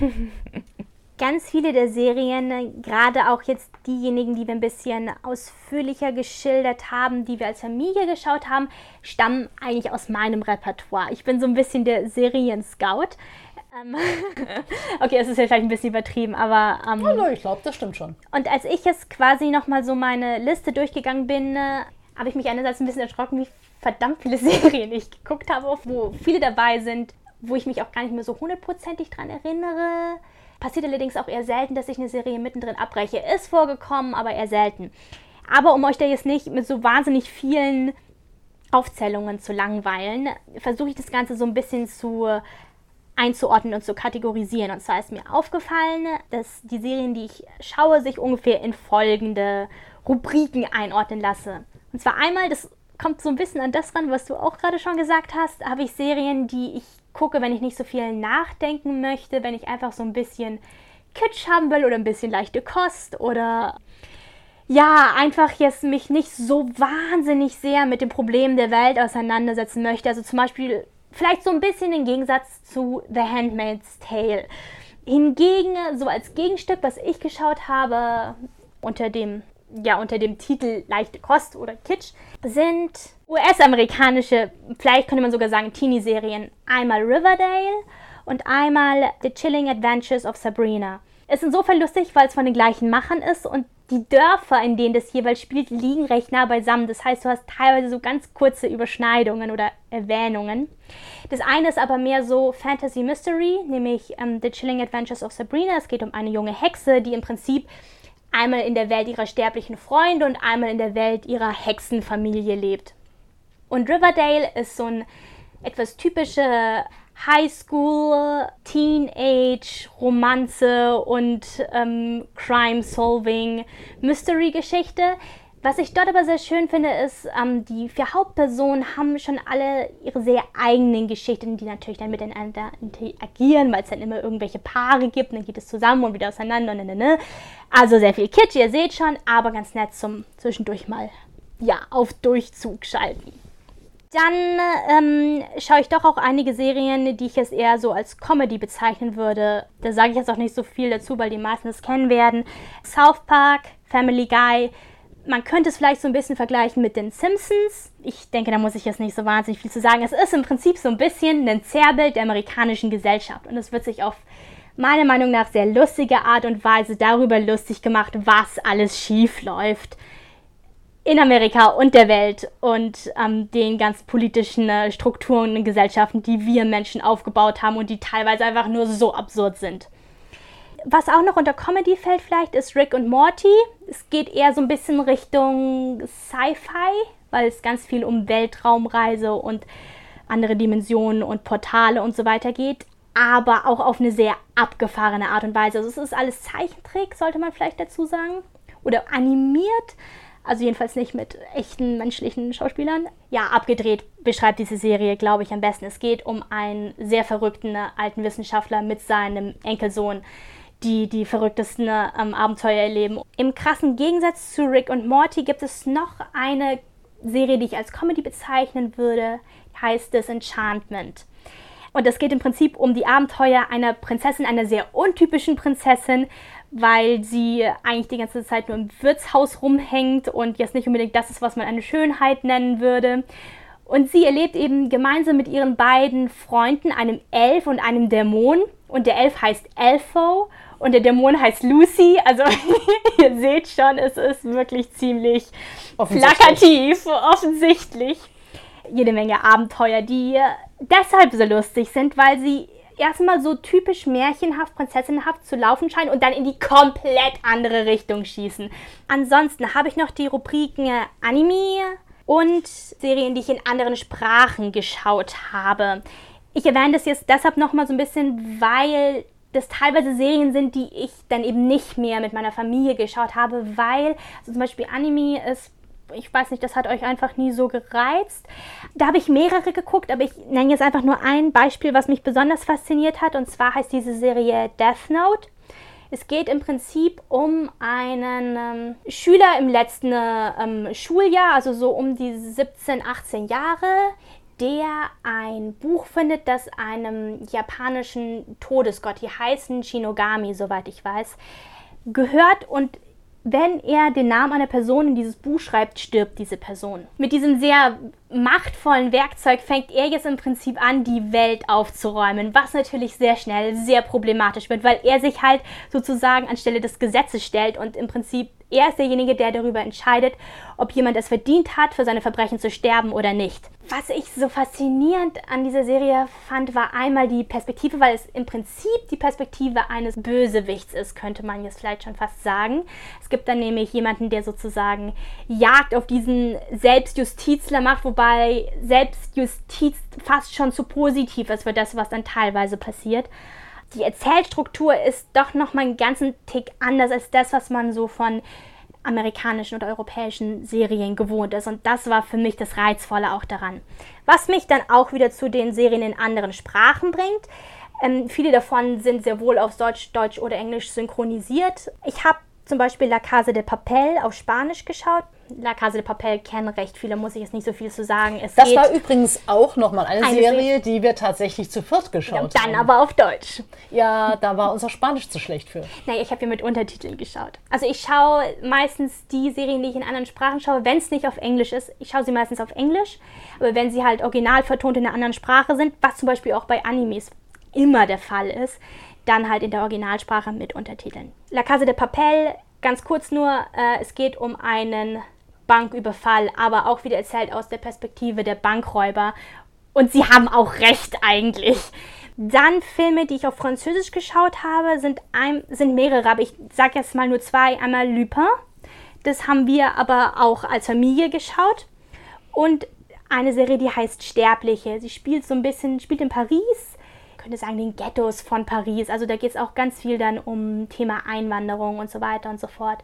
B: Ganz viele der Serien, gerade auch jetzt diejenigen, die wir ein bisschen ausführlicher geschildert haben, die wir als Familie geschaut haben, stammen eigentlich aus meinem Repertoire. Ich bin so ein bisschen der Serien-Scout. Ähm okay, es ist ja vielleicht ein bisschen übertrieben, aber... Ähm
A: oh, no, ich glaube, das stimmt schon.
B: Und als ich jetzt quasi nochmal so meine Liste durchgegangen bin, äh, habe ich mich einerseits ein bisschen erschrocken, wie verdammt viele Serien ich geguckt habe, wo viele dabei sind, wo ich mich auch gar nicht mehr so hundertprozentig dran erinnere. Passiert allerdings auch eher selten, dass ich eine Serie mittendrin abbreche. Ist vorgekommen, aber eher selten. Aber um euch da jetzt nicht mit so wahnsinnig vielen Aufzählungen zu langweilen, versuche ich das Ganze so ein bisschen zu einzuordnen und zu kategorisieren. Und zwar ist mir aufgefallen, dass die Serien, die ich schaue, sich ungefähr in folgende Rubriken einordnen lasse. Und zwar einmal, das kommt so ein bisschen an das ran, was du auch gerade schon gesagt hast, habe ich Serien, die ich gucke, wenn ich nicht so viel nachdenken möchte, wenn ich einfach so ein bisschen Kitsch haben will oder ein bisschen leichte Kost oder ja, einfach jetzt mich nicht so wahnsinnig sehr mit den Problemen der Welt auseinandersetzen möchte. Also zum Beispiel vielleicht so ein bisschen im Gegensatz zu The Handmaid's Tale. Hingegen, so als Gegenstück, was ich geschaut habe, unter dem, ja, unter dem Titel leichte Kost oder Kitsch, sind U S-amerikanische, vielleicht könnte man sogar sagen Teenie-Serien. Einmal Riverdale und einmal The Chilling Adventures of Sabrina. Ist insofern lustig, weil es von den gleichen Machern ist und die Dörfer, in denen das jeweils spielt, liegen recht nah beisammen. Das heißt, du hast teilweise so ganz kurze Überschneidungen oder Erwähnungen. Das eine ist aber mehr so Fantasy Mystery, nämlich ähm, The Chilling Adventures of Sabrina. Es geht um eine junge Hexe, die im Prinzip einmal in der Welt ihrer sterblichen Freunde und einmal in der Welt ihrer Hexenfamilie lebt. Und Riverdale ist so ein etwas typische Highschool, Teenage, Romanze und ähm, Crime-Solving Mystery-Geschichte. Was ich dort aber sehr schön finde, ist, ähm, die vier Hauptpersonen haben schon alle ihre sehr eigenen Geschichten, die natürlich dann miteinander interagieren, weil es dann immer irgendwelche Paare gibt, und dann geht es zusammen und wieder auseinander. Und ne, ne, ne. Also sehr viel Kitsch, ihr seht schon, aber ganz nett zum zwischendurch mal ja, auf Durchzug schalten. Dann ähm, schaue ich doch auch einige Serien, die ich jetzt eher so als Comedy bezeichnen würde. Da sage ich jetzt auch nicht so viel dazu, weil die meisten es kennen werden. South Park, Family Guy. Man könnte es vielleicht so ein bisschen vergleichen mit den Simpsons. Ich denke, da muss ich jetzt nicht so wahnsinnig viel zu sagen. Es ist im Prinzip so ein bisschen ein Zerrbild der amerikanischen Gesellschaft. Und es wird sich auf meiner Meinung nach sehr lustige Art und Weise darüber lustig gemacht, was alles schief läuft in Amerika und der Welt und ähm, den ganz politischen äh, Strukturen und Gesellschaften, die wir Menschen aufgebaut haben und die teilweise einfach nur so absurd sind. Was auch noch unter Comedy fällt vielleicht, ist Rick und Morty. Es geht eher so ein bisschen Richtung Sci-Fi, weil es ganz viel um Weltraumreise und andere Dimensionen und Portale und so weiter geht, aber auch auf eine sehr abgefahrene Art und Weise. Also es ist alles Zeichentrick, sollte man vielleicht dazu sagen, oder animiert. Also jedenfalls nicht mit echten menschlichen Schauspielern. Ja, abgedreht beschreibt diese Serie, glaube ich, am besten. Es geht um einen sehr verrückten alten Wissenschaftler mit seinem Enkelsohn, die die verrücktesten ähm, Abenteuer erleben. Im krassen Gegensatz zu Rick und Morty gibt es noch eine Serie, die ich als Comedy bezeichnen würde, heißt Disenchantment. Und es geht im Prinzip um die Abenteuer einer Prinzessin, einer sehr untypischen Prinzessin, weil sie eigentlich die ganze Zeit nur im Wirtshaus rumhängt und jetzt nicht unbedingt das ist, was man eine Schönheit nennen würde. Und sie erlebt eben gemeinsam mit ihren beiden Freunden, einem Elf und einem Dämon. Und der Elf heißt Elfo und der Dämon heißt Lucy. Also ihr seht schon, es ist wirklich ziemlich plakativ, offensichtlich. Jede Menge Abenteuer, die deshalb so lustig sind, weil sie erstmal so typisch märchenhaft, prinzessinnenhaft zu laufen scheinen und dann in die komplett andere Richtung schießen. Ansonsten habe ich noch die Rubriken Anime und Serien, die ich in anderen Sprachen geschaut habe. Ich erwähne das jetzt deshalb nochmal so ein bisschen, weil das teilweise Serien sind, die ich dann eben nicht mehr mit meiner Familie geschaut habe, weil also zum Beispiel Anime ist, ich weiß nicht, das hat euch einfach nie so gereizt. Da habe ich mehrere geguckt, aber ich nenne jetzt einfach nur ein Beispiel, was mich besonders fasziniert hat, und zwar heißt diese Serie Death Note. Es geht im Prinzip um einen ähm, Schüler im letzten ähm, Schuljahr, also so um die siebzehn, achtzehn Jahre, der ein Buch findet, das einem japanischen Todesgott, die heißen Shinogami, soweit ich weiß, gehört, und wenn er den Namen einer Person in dieses Buch schreibt, stirbt diese Person. Mit diesem sehr machtvollen Werkzeug fängt er jetzt im Prinzip an, die Welt aufzuräumen, was natürlich sehr schnell sehr problematisch wird, weil er sich halt sozusagen anstelle des Gesetzes stellt und im Prinzip er ist derjenige, der darüber entscheidet, ob jemand es verdient hat, für seine Verbrechen zu sterben oder nicht. Was ich so faszinierend an dieser Serie fand, war einmal die Perspektive, weil es im Prinzip die Perspektive eines Bösewichts ist, könnte man jetzt vielleicht schon fast sagen. Es gibt dann nämlich jemanden, der sozusagen Jagd auf diesen Selbstjustizler macht, wobei Selbstjustiz fast schon zu positiv ist für das, was dann teilweise passiert. Die Erzählstruktur ist doch nochmal einen ganzen Tick anders als das, was man so von amerikanischen oder europäischen Serien gewohnt ist. Und das war für mich das Reizvolle auch daran. Was mich dann auch wieder zu den Serien in anderen Sprachen bringt. Ähm, viele davon sind sehr wohl auf Deutsch, Deutsch oder Englisch synchronisiert. Ich habe zum Beispiel La Casa de Papel auf Spanisch geschaut. La Casa de Papel kennen recht viele, muss ich jetzt nicht so viel zu sagen. Es
A: das war übrigens auch nochmal eine, eine Serie, Serie, die wir tatsächlich zu viert geschaut
B: ja,
A: haben.
B: Dann aber auf Deutsch.
A: Ja, da war unser Spanisch zu schlecht für.
B: Naja, ich habe hier mit Untertiteln geschaut. Also ich schaue meistens die Serien, die ich in anderen Sprachen schaue, wenn es nicht auf Englisch ist. Ich schaue sie meistens auf Englisch, aber wenn sie halt original vertont in einer anderen Sprache sind, was zum Beispiel auch bei Animes immer der Fall ist, dann halt in der Originalsprache mit Untertiteln. La Casa de Papel, ganz kurz nur, äh, es geht um einen Banküberfall, aber auch wieder erzählt aus der Perspektive der Bankräuber. Und sie haben auch recht eigentlich. Dann Filme, die ich auf Französisch geschaut habe, sind, ein, sind mehrere, aber ich sage jetzt mal nur zwei. Einmal Lupin, das haben wir aber auch als Familie geschaut. Und eine Serie, die heißt Sterbliche. Sie spielt so ein bisschen, spielt in Paris, ich könnte sagen den Ghettos von Paris. Also da geht es auch ganz viel dann um Thema Einwanderung und so weiter und so fort.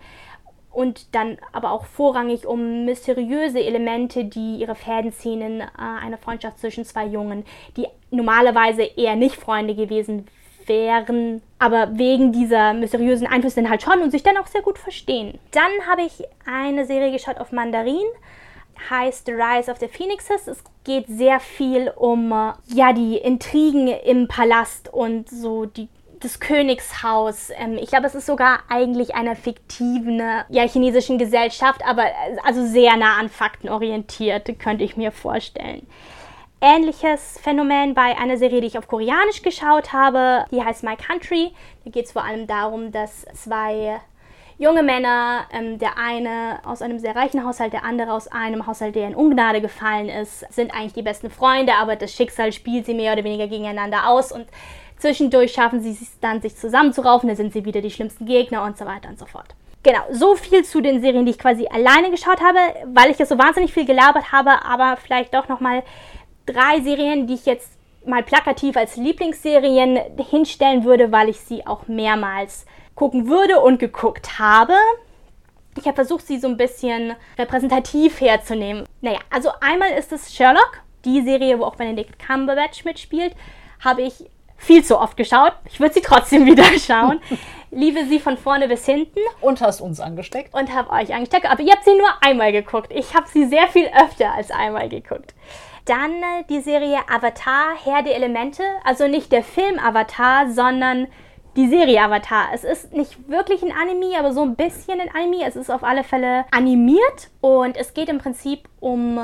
B: Und dann aber auch vorrangig um mysteriöse Elemente, die ihre Fäden ziehen in äh, einer Freundschaft zwischen zwei Jungen, die normalerweise eher nicht Freunde gewesen wären, aber wegen dieser mysteriösen Einflüsse dann halt schon und sich dann auch sehr gut verstehen. Dann habe ich eine Serie geschaut auf Mandarin, heißt The Rise of the Phoenixes. Es geht sehr viel um äh, ja, die Intrigen im Palast und so die das Königshaus. Ich glaube, es ist sogar eigentlich einer fiktiven, ja, chinesischen Gesellschaft, aber also sehr nah an Fakten orientiert, könnte ich mir vorstellen. Ähnliches Phänomen bei einer Serie, die ich auf Koreanisch geschaut habe, die heißt My Country. Da geht es vor allem darum, dass zwei junge Männer, ähm, der eine aus einem sehr reichen Haushalt, der andere aus einem Haushalt, der in Ungnade gefallen ist, sind eigentlich die besten Freunde, aber das Schicksal spielt sie mehr oder weniger gegeneinander aus und zwischendurch schaffen sie es dann, sich zusammenzuraufen, dann sind sie wieder die schlimmsten Gegner und so weiter und so fort. Genau, so viel zu den Serien, die ich quasi alleine geschaut habe, weil ich jetzt so wahnsinnig viel gelabert habe, aber vielleicht doch nochmal drei Serien, die ich jetzt mal plakativ als Lieblingsserien hinstellen würde, weil ich sie auch mehrmals gucken würde und geguckt habe. Ich habe versucht, sie so ein bisschen repräsentativ herzunehmen. Naja, also einmal ist es Sherlock, die Serie, wo auch Benedict Cumberbatch mitspielt, habe ich viel zu oft geschaut. Ich würde sie trotzdem wieder schauen. Liebe sie von vorne bis hinten.
A: Und hast uns angesteckt.
B: Und habe euch angesteckt. Aber ihr habt sie nur einmal geguckt. Ich habe sie sehr viel öfter als einmal geguckt. Dann äh, die Serie Avatar, Herr der Elemente. Also nicht der Film Avatar, sondern die Serie Avatar. Es ist nicht wirklich ein Anime, aber so ein bisschen ein Anime. Es ist auf alle Fälle animiert. Und es geht im Prinzip um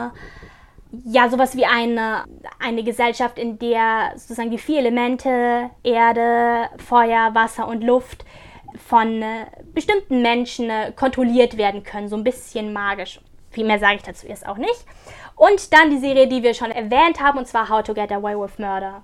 B: ja, sowas wie eine, eine Gesellschaft, in der sozusagen die vier Elemente, Erde, Feuer, Wasser und Luft, von äh, bestimmten Menschen äh, kontrolliert werden können. So ein bisschen magisch. Viel mehr sage ich dazu erst auch nicht. Und dann die Serie, die wir schon erwähnt haben, und zwar How to Get Away with Murder.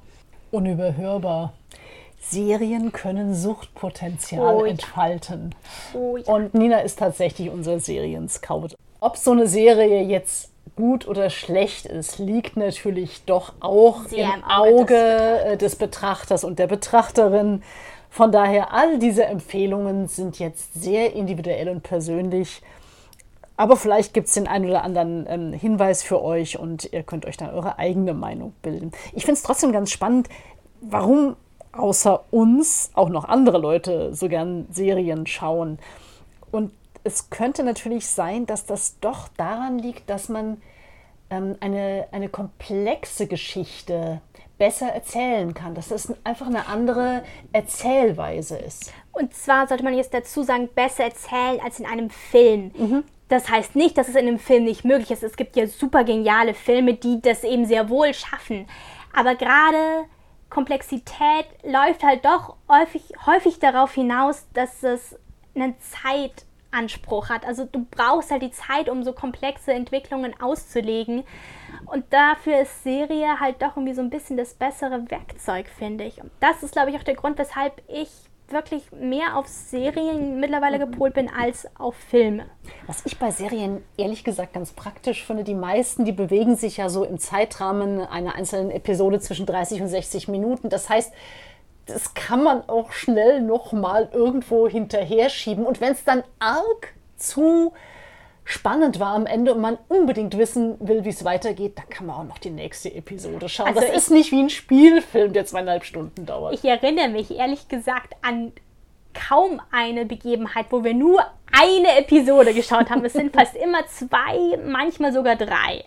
A: Unüberhörbar. Serien können Suchtpotenzial
B: Oh ja.
A: entfalten.
B: Oh ja.
A: Und Nina ist tatsächlich unser Serienscout. Ob so eine Serie jetzt gut oder schlecht ist, liegt natürlich doch auch
B: Sehr
A: im
B: im Auge
A: Auge
B: des
A: äh, des Betrachters und der Betrachterin. Von daher, all diese Empfehlungen sind jetzt sehr individuell und persönlich. Aber vielleicht gibt es den einen oder anderen ähm, Hinweis für euch und ihr könnt euch dann eure eigene Meinung bilden. Ich finde es trotzdem ganz spannend, warum außer uns auch noch andere Leute so gern Serien schauen. Und es könnte natürlich sein, dass das doch daran liegt, dass man ähm, eine, eine komplexe Geschichte besser erzählen kann, dass das einfach eine andere Erzählweise ist.
B: Und zwar sollte man jetzt dazu sagen, besser erzählen als in einem Film.
A: Mhm.
B: Das heißt nicht, dass es in einem Film nicht möglich ist. Es gibt ja super geniale Filme, die das eben sehr wohl schaffen. Aber gerade Komplexität läuft halt doch häufig, häufig darauf hinaus, dass es einen Zeitanspruch hat. Also du brauchst halt die Zeit, um so komplexe Entwicklungen auszulegen. Und dafür ist Serie halt doch irgendwie so ein bisschen das bessere Werkzeug, finde ich. Und das ist, glaube ich, auch der Grund, weshalb ich wirklich mehr auf Serien mittlerweile gepolt bin als auf Filme.
A: Was ich bei Serien ehrlich gesagt ganz praktisch finde, die meisten, die bewegen sich ja so im Zeitrahmen einer einzelnen Episode zwischen dreißig und sechzig Minuten. Das heißt, das kann man auch schnell nochmal irgendwo hinterher schieben. Und wenn es dann arg zu spannend war am Ende und man unbedingt wissen will, wie es weitergeht, dann kann man auch noch die nächste Episode schauen.
B: Also
A: das
B: ich-
A: ist nicht wie ein Spielfilm, der zweieinhalb Stunden dauert.
B: Ich erinnere mich ehrlich gesagt an kaum eine Begebenheit, wo wir nur eine Episode geschaut haben. Es sind fast immer zwei, manchmal sogar drei.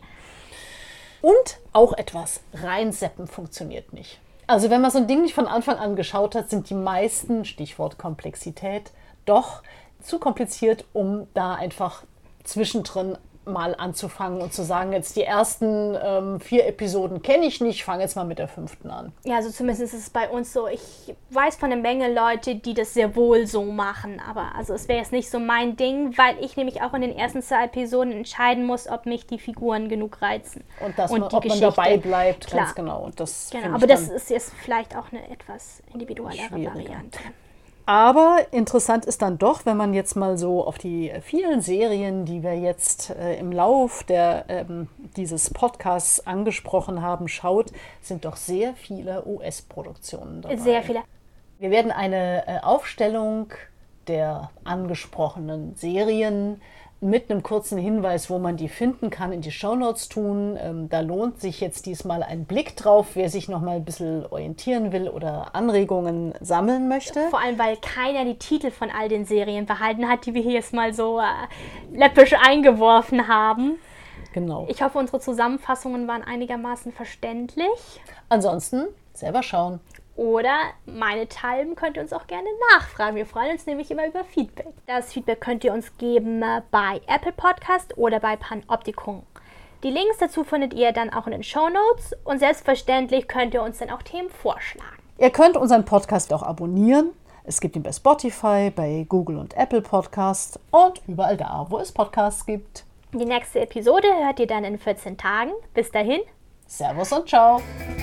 A: Und auch etwas, reinseppen funktioniert nicht. Also wenn man so ein Ding nicht von Anfang an geschaut hat, sind die meisten, Stichwort Komplexität, doch zu kompliziert, um da einfach zwischendrin mal anzufangen und zu sagen, jetzt die ersten ähm, vier Episoden kenne ich nicht, fange jetzt mal mit der fünften an.
B: Ja, also zumindest ist es bei uns so. Ich weiß von einer Menge Leute, die das sehr wohl so machen. Aber also es wäre jetzt nicht so mein Ding, weil ich nämlich auch in den ersten zwei Episoden entscheiden muss, ob mich die Figuren genug reizen.
A: Und, dass
B: Und
A: man,
B: die
A: ob man
B: Geschichte.
A: dabei bleibt,
B: Klar.
A: ganz genau. Und das
B: Genau,
A: finde
B: aber
A: ich
B: das
A: dann
B: ist jetzt vielleicht auch eine etwas individuellere
A: schwieriger.
B: Variante.
A: Aber interessant ist dann doch, wenn man jetzt mal so auf die vielen Serien, die wir jetzt äh, im Lauf der, ähm, dieses Podcasts angesprochen haben, schaut, sind doch sehr viele U S-Produktionen dabei.
B: Sehr viele.
A: Wir werden eine äh, Aufstellung der angesprochenen Serien mit einem kurzen Hinweis, wo man die finden kann, in die Shownotes tun. Ähm, da lohnt sich jetzt diesmal ein Blick drauf, wer sich noch mal ein bisschen orientieren will oder Anregungen sammeln möchte.
B: Vor allem, weil keiner die Titel von all den Serien behalten hat, die wir hier jetzt mal so äh, läppisch eingeworfen haben.
A: Genau.
B: Ich hoffe, unsere Zusammenfassungen waren einigermaßen verständlich.
A: Ansonsten selber schauen.
B: Oder meinethalben könnt ihr uns auch gerne nachfragen. Wir freuen uns nämlich immer über Feedback. Das Feedback könnt ihr uns geben äh, bei Apple Podcast oder bei Panoptikum. Die Links dazu findet ihr dann auch in den Shownotes und selbstverständlich könnt ihr uns dann auch Themen vorschlagen.
A: Ihr könnt unseren Podcast auch abonnieren. Es gibt ihn bei Spotify, bei Google und Apple Podcasts und überall da, wo es Podcasts gibt.
B: Die nächste Episode hört ihr dann in vierzehn Tagen. Bis dahin.
A: Servus und ciao.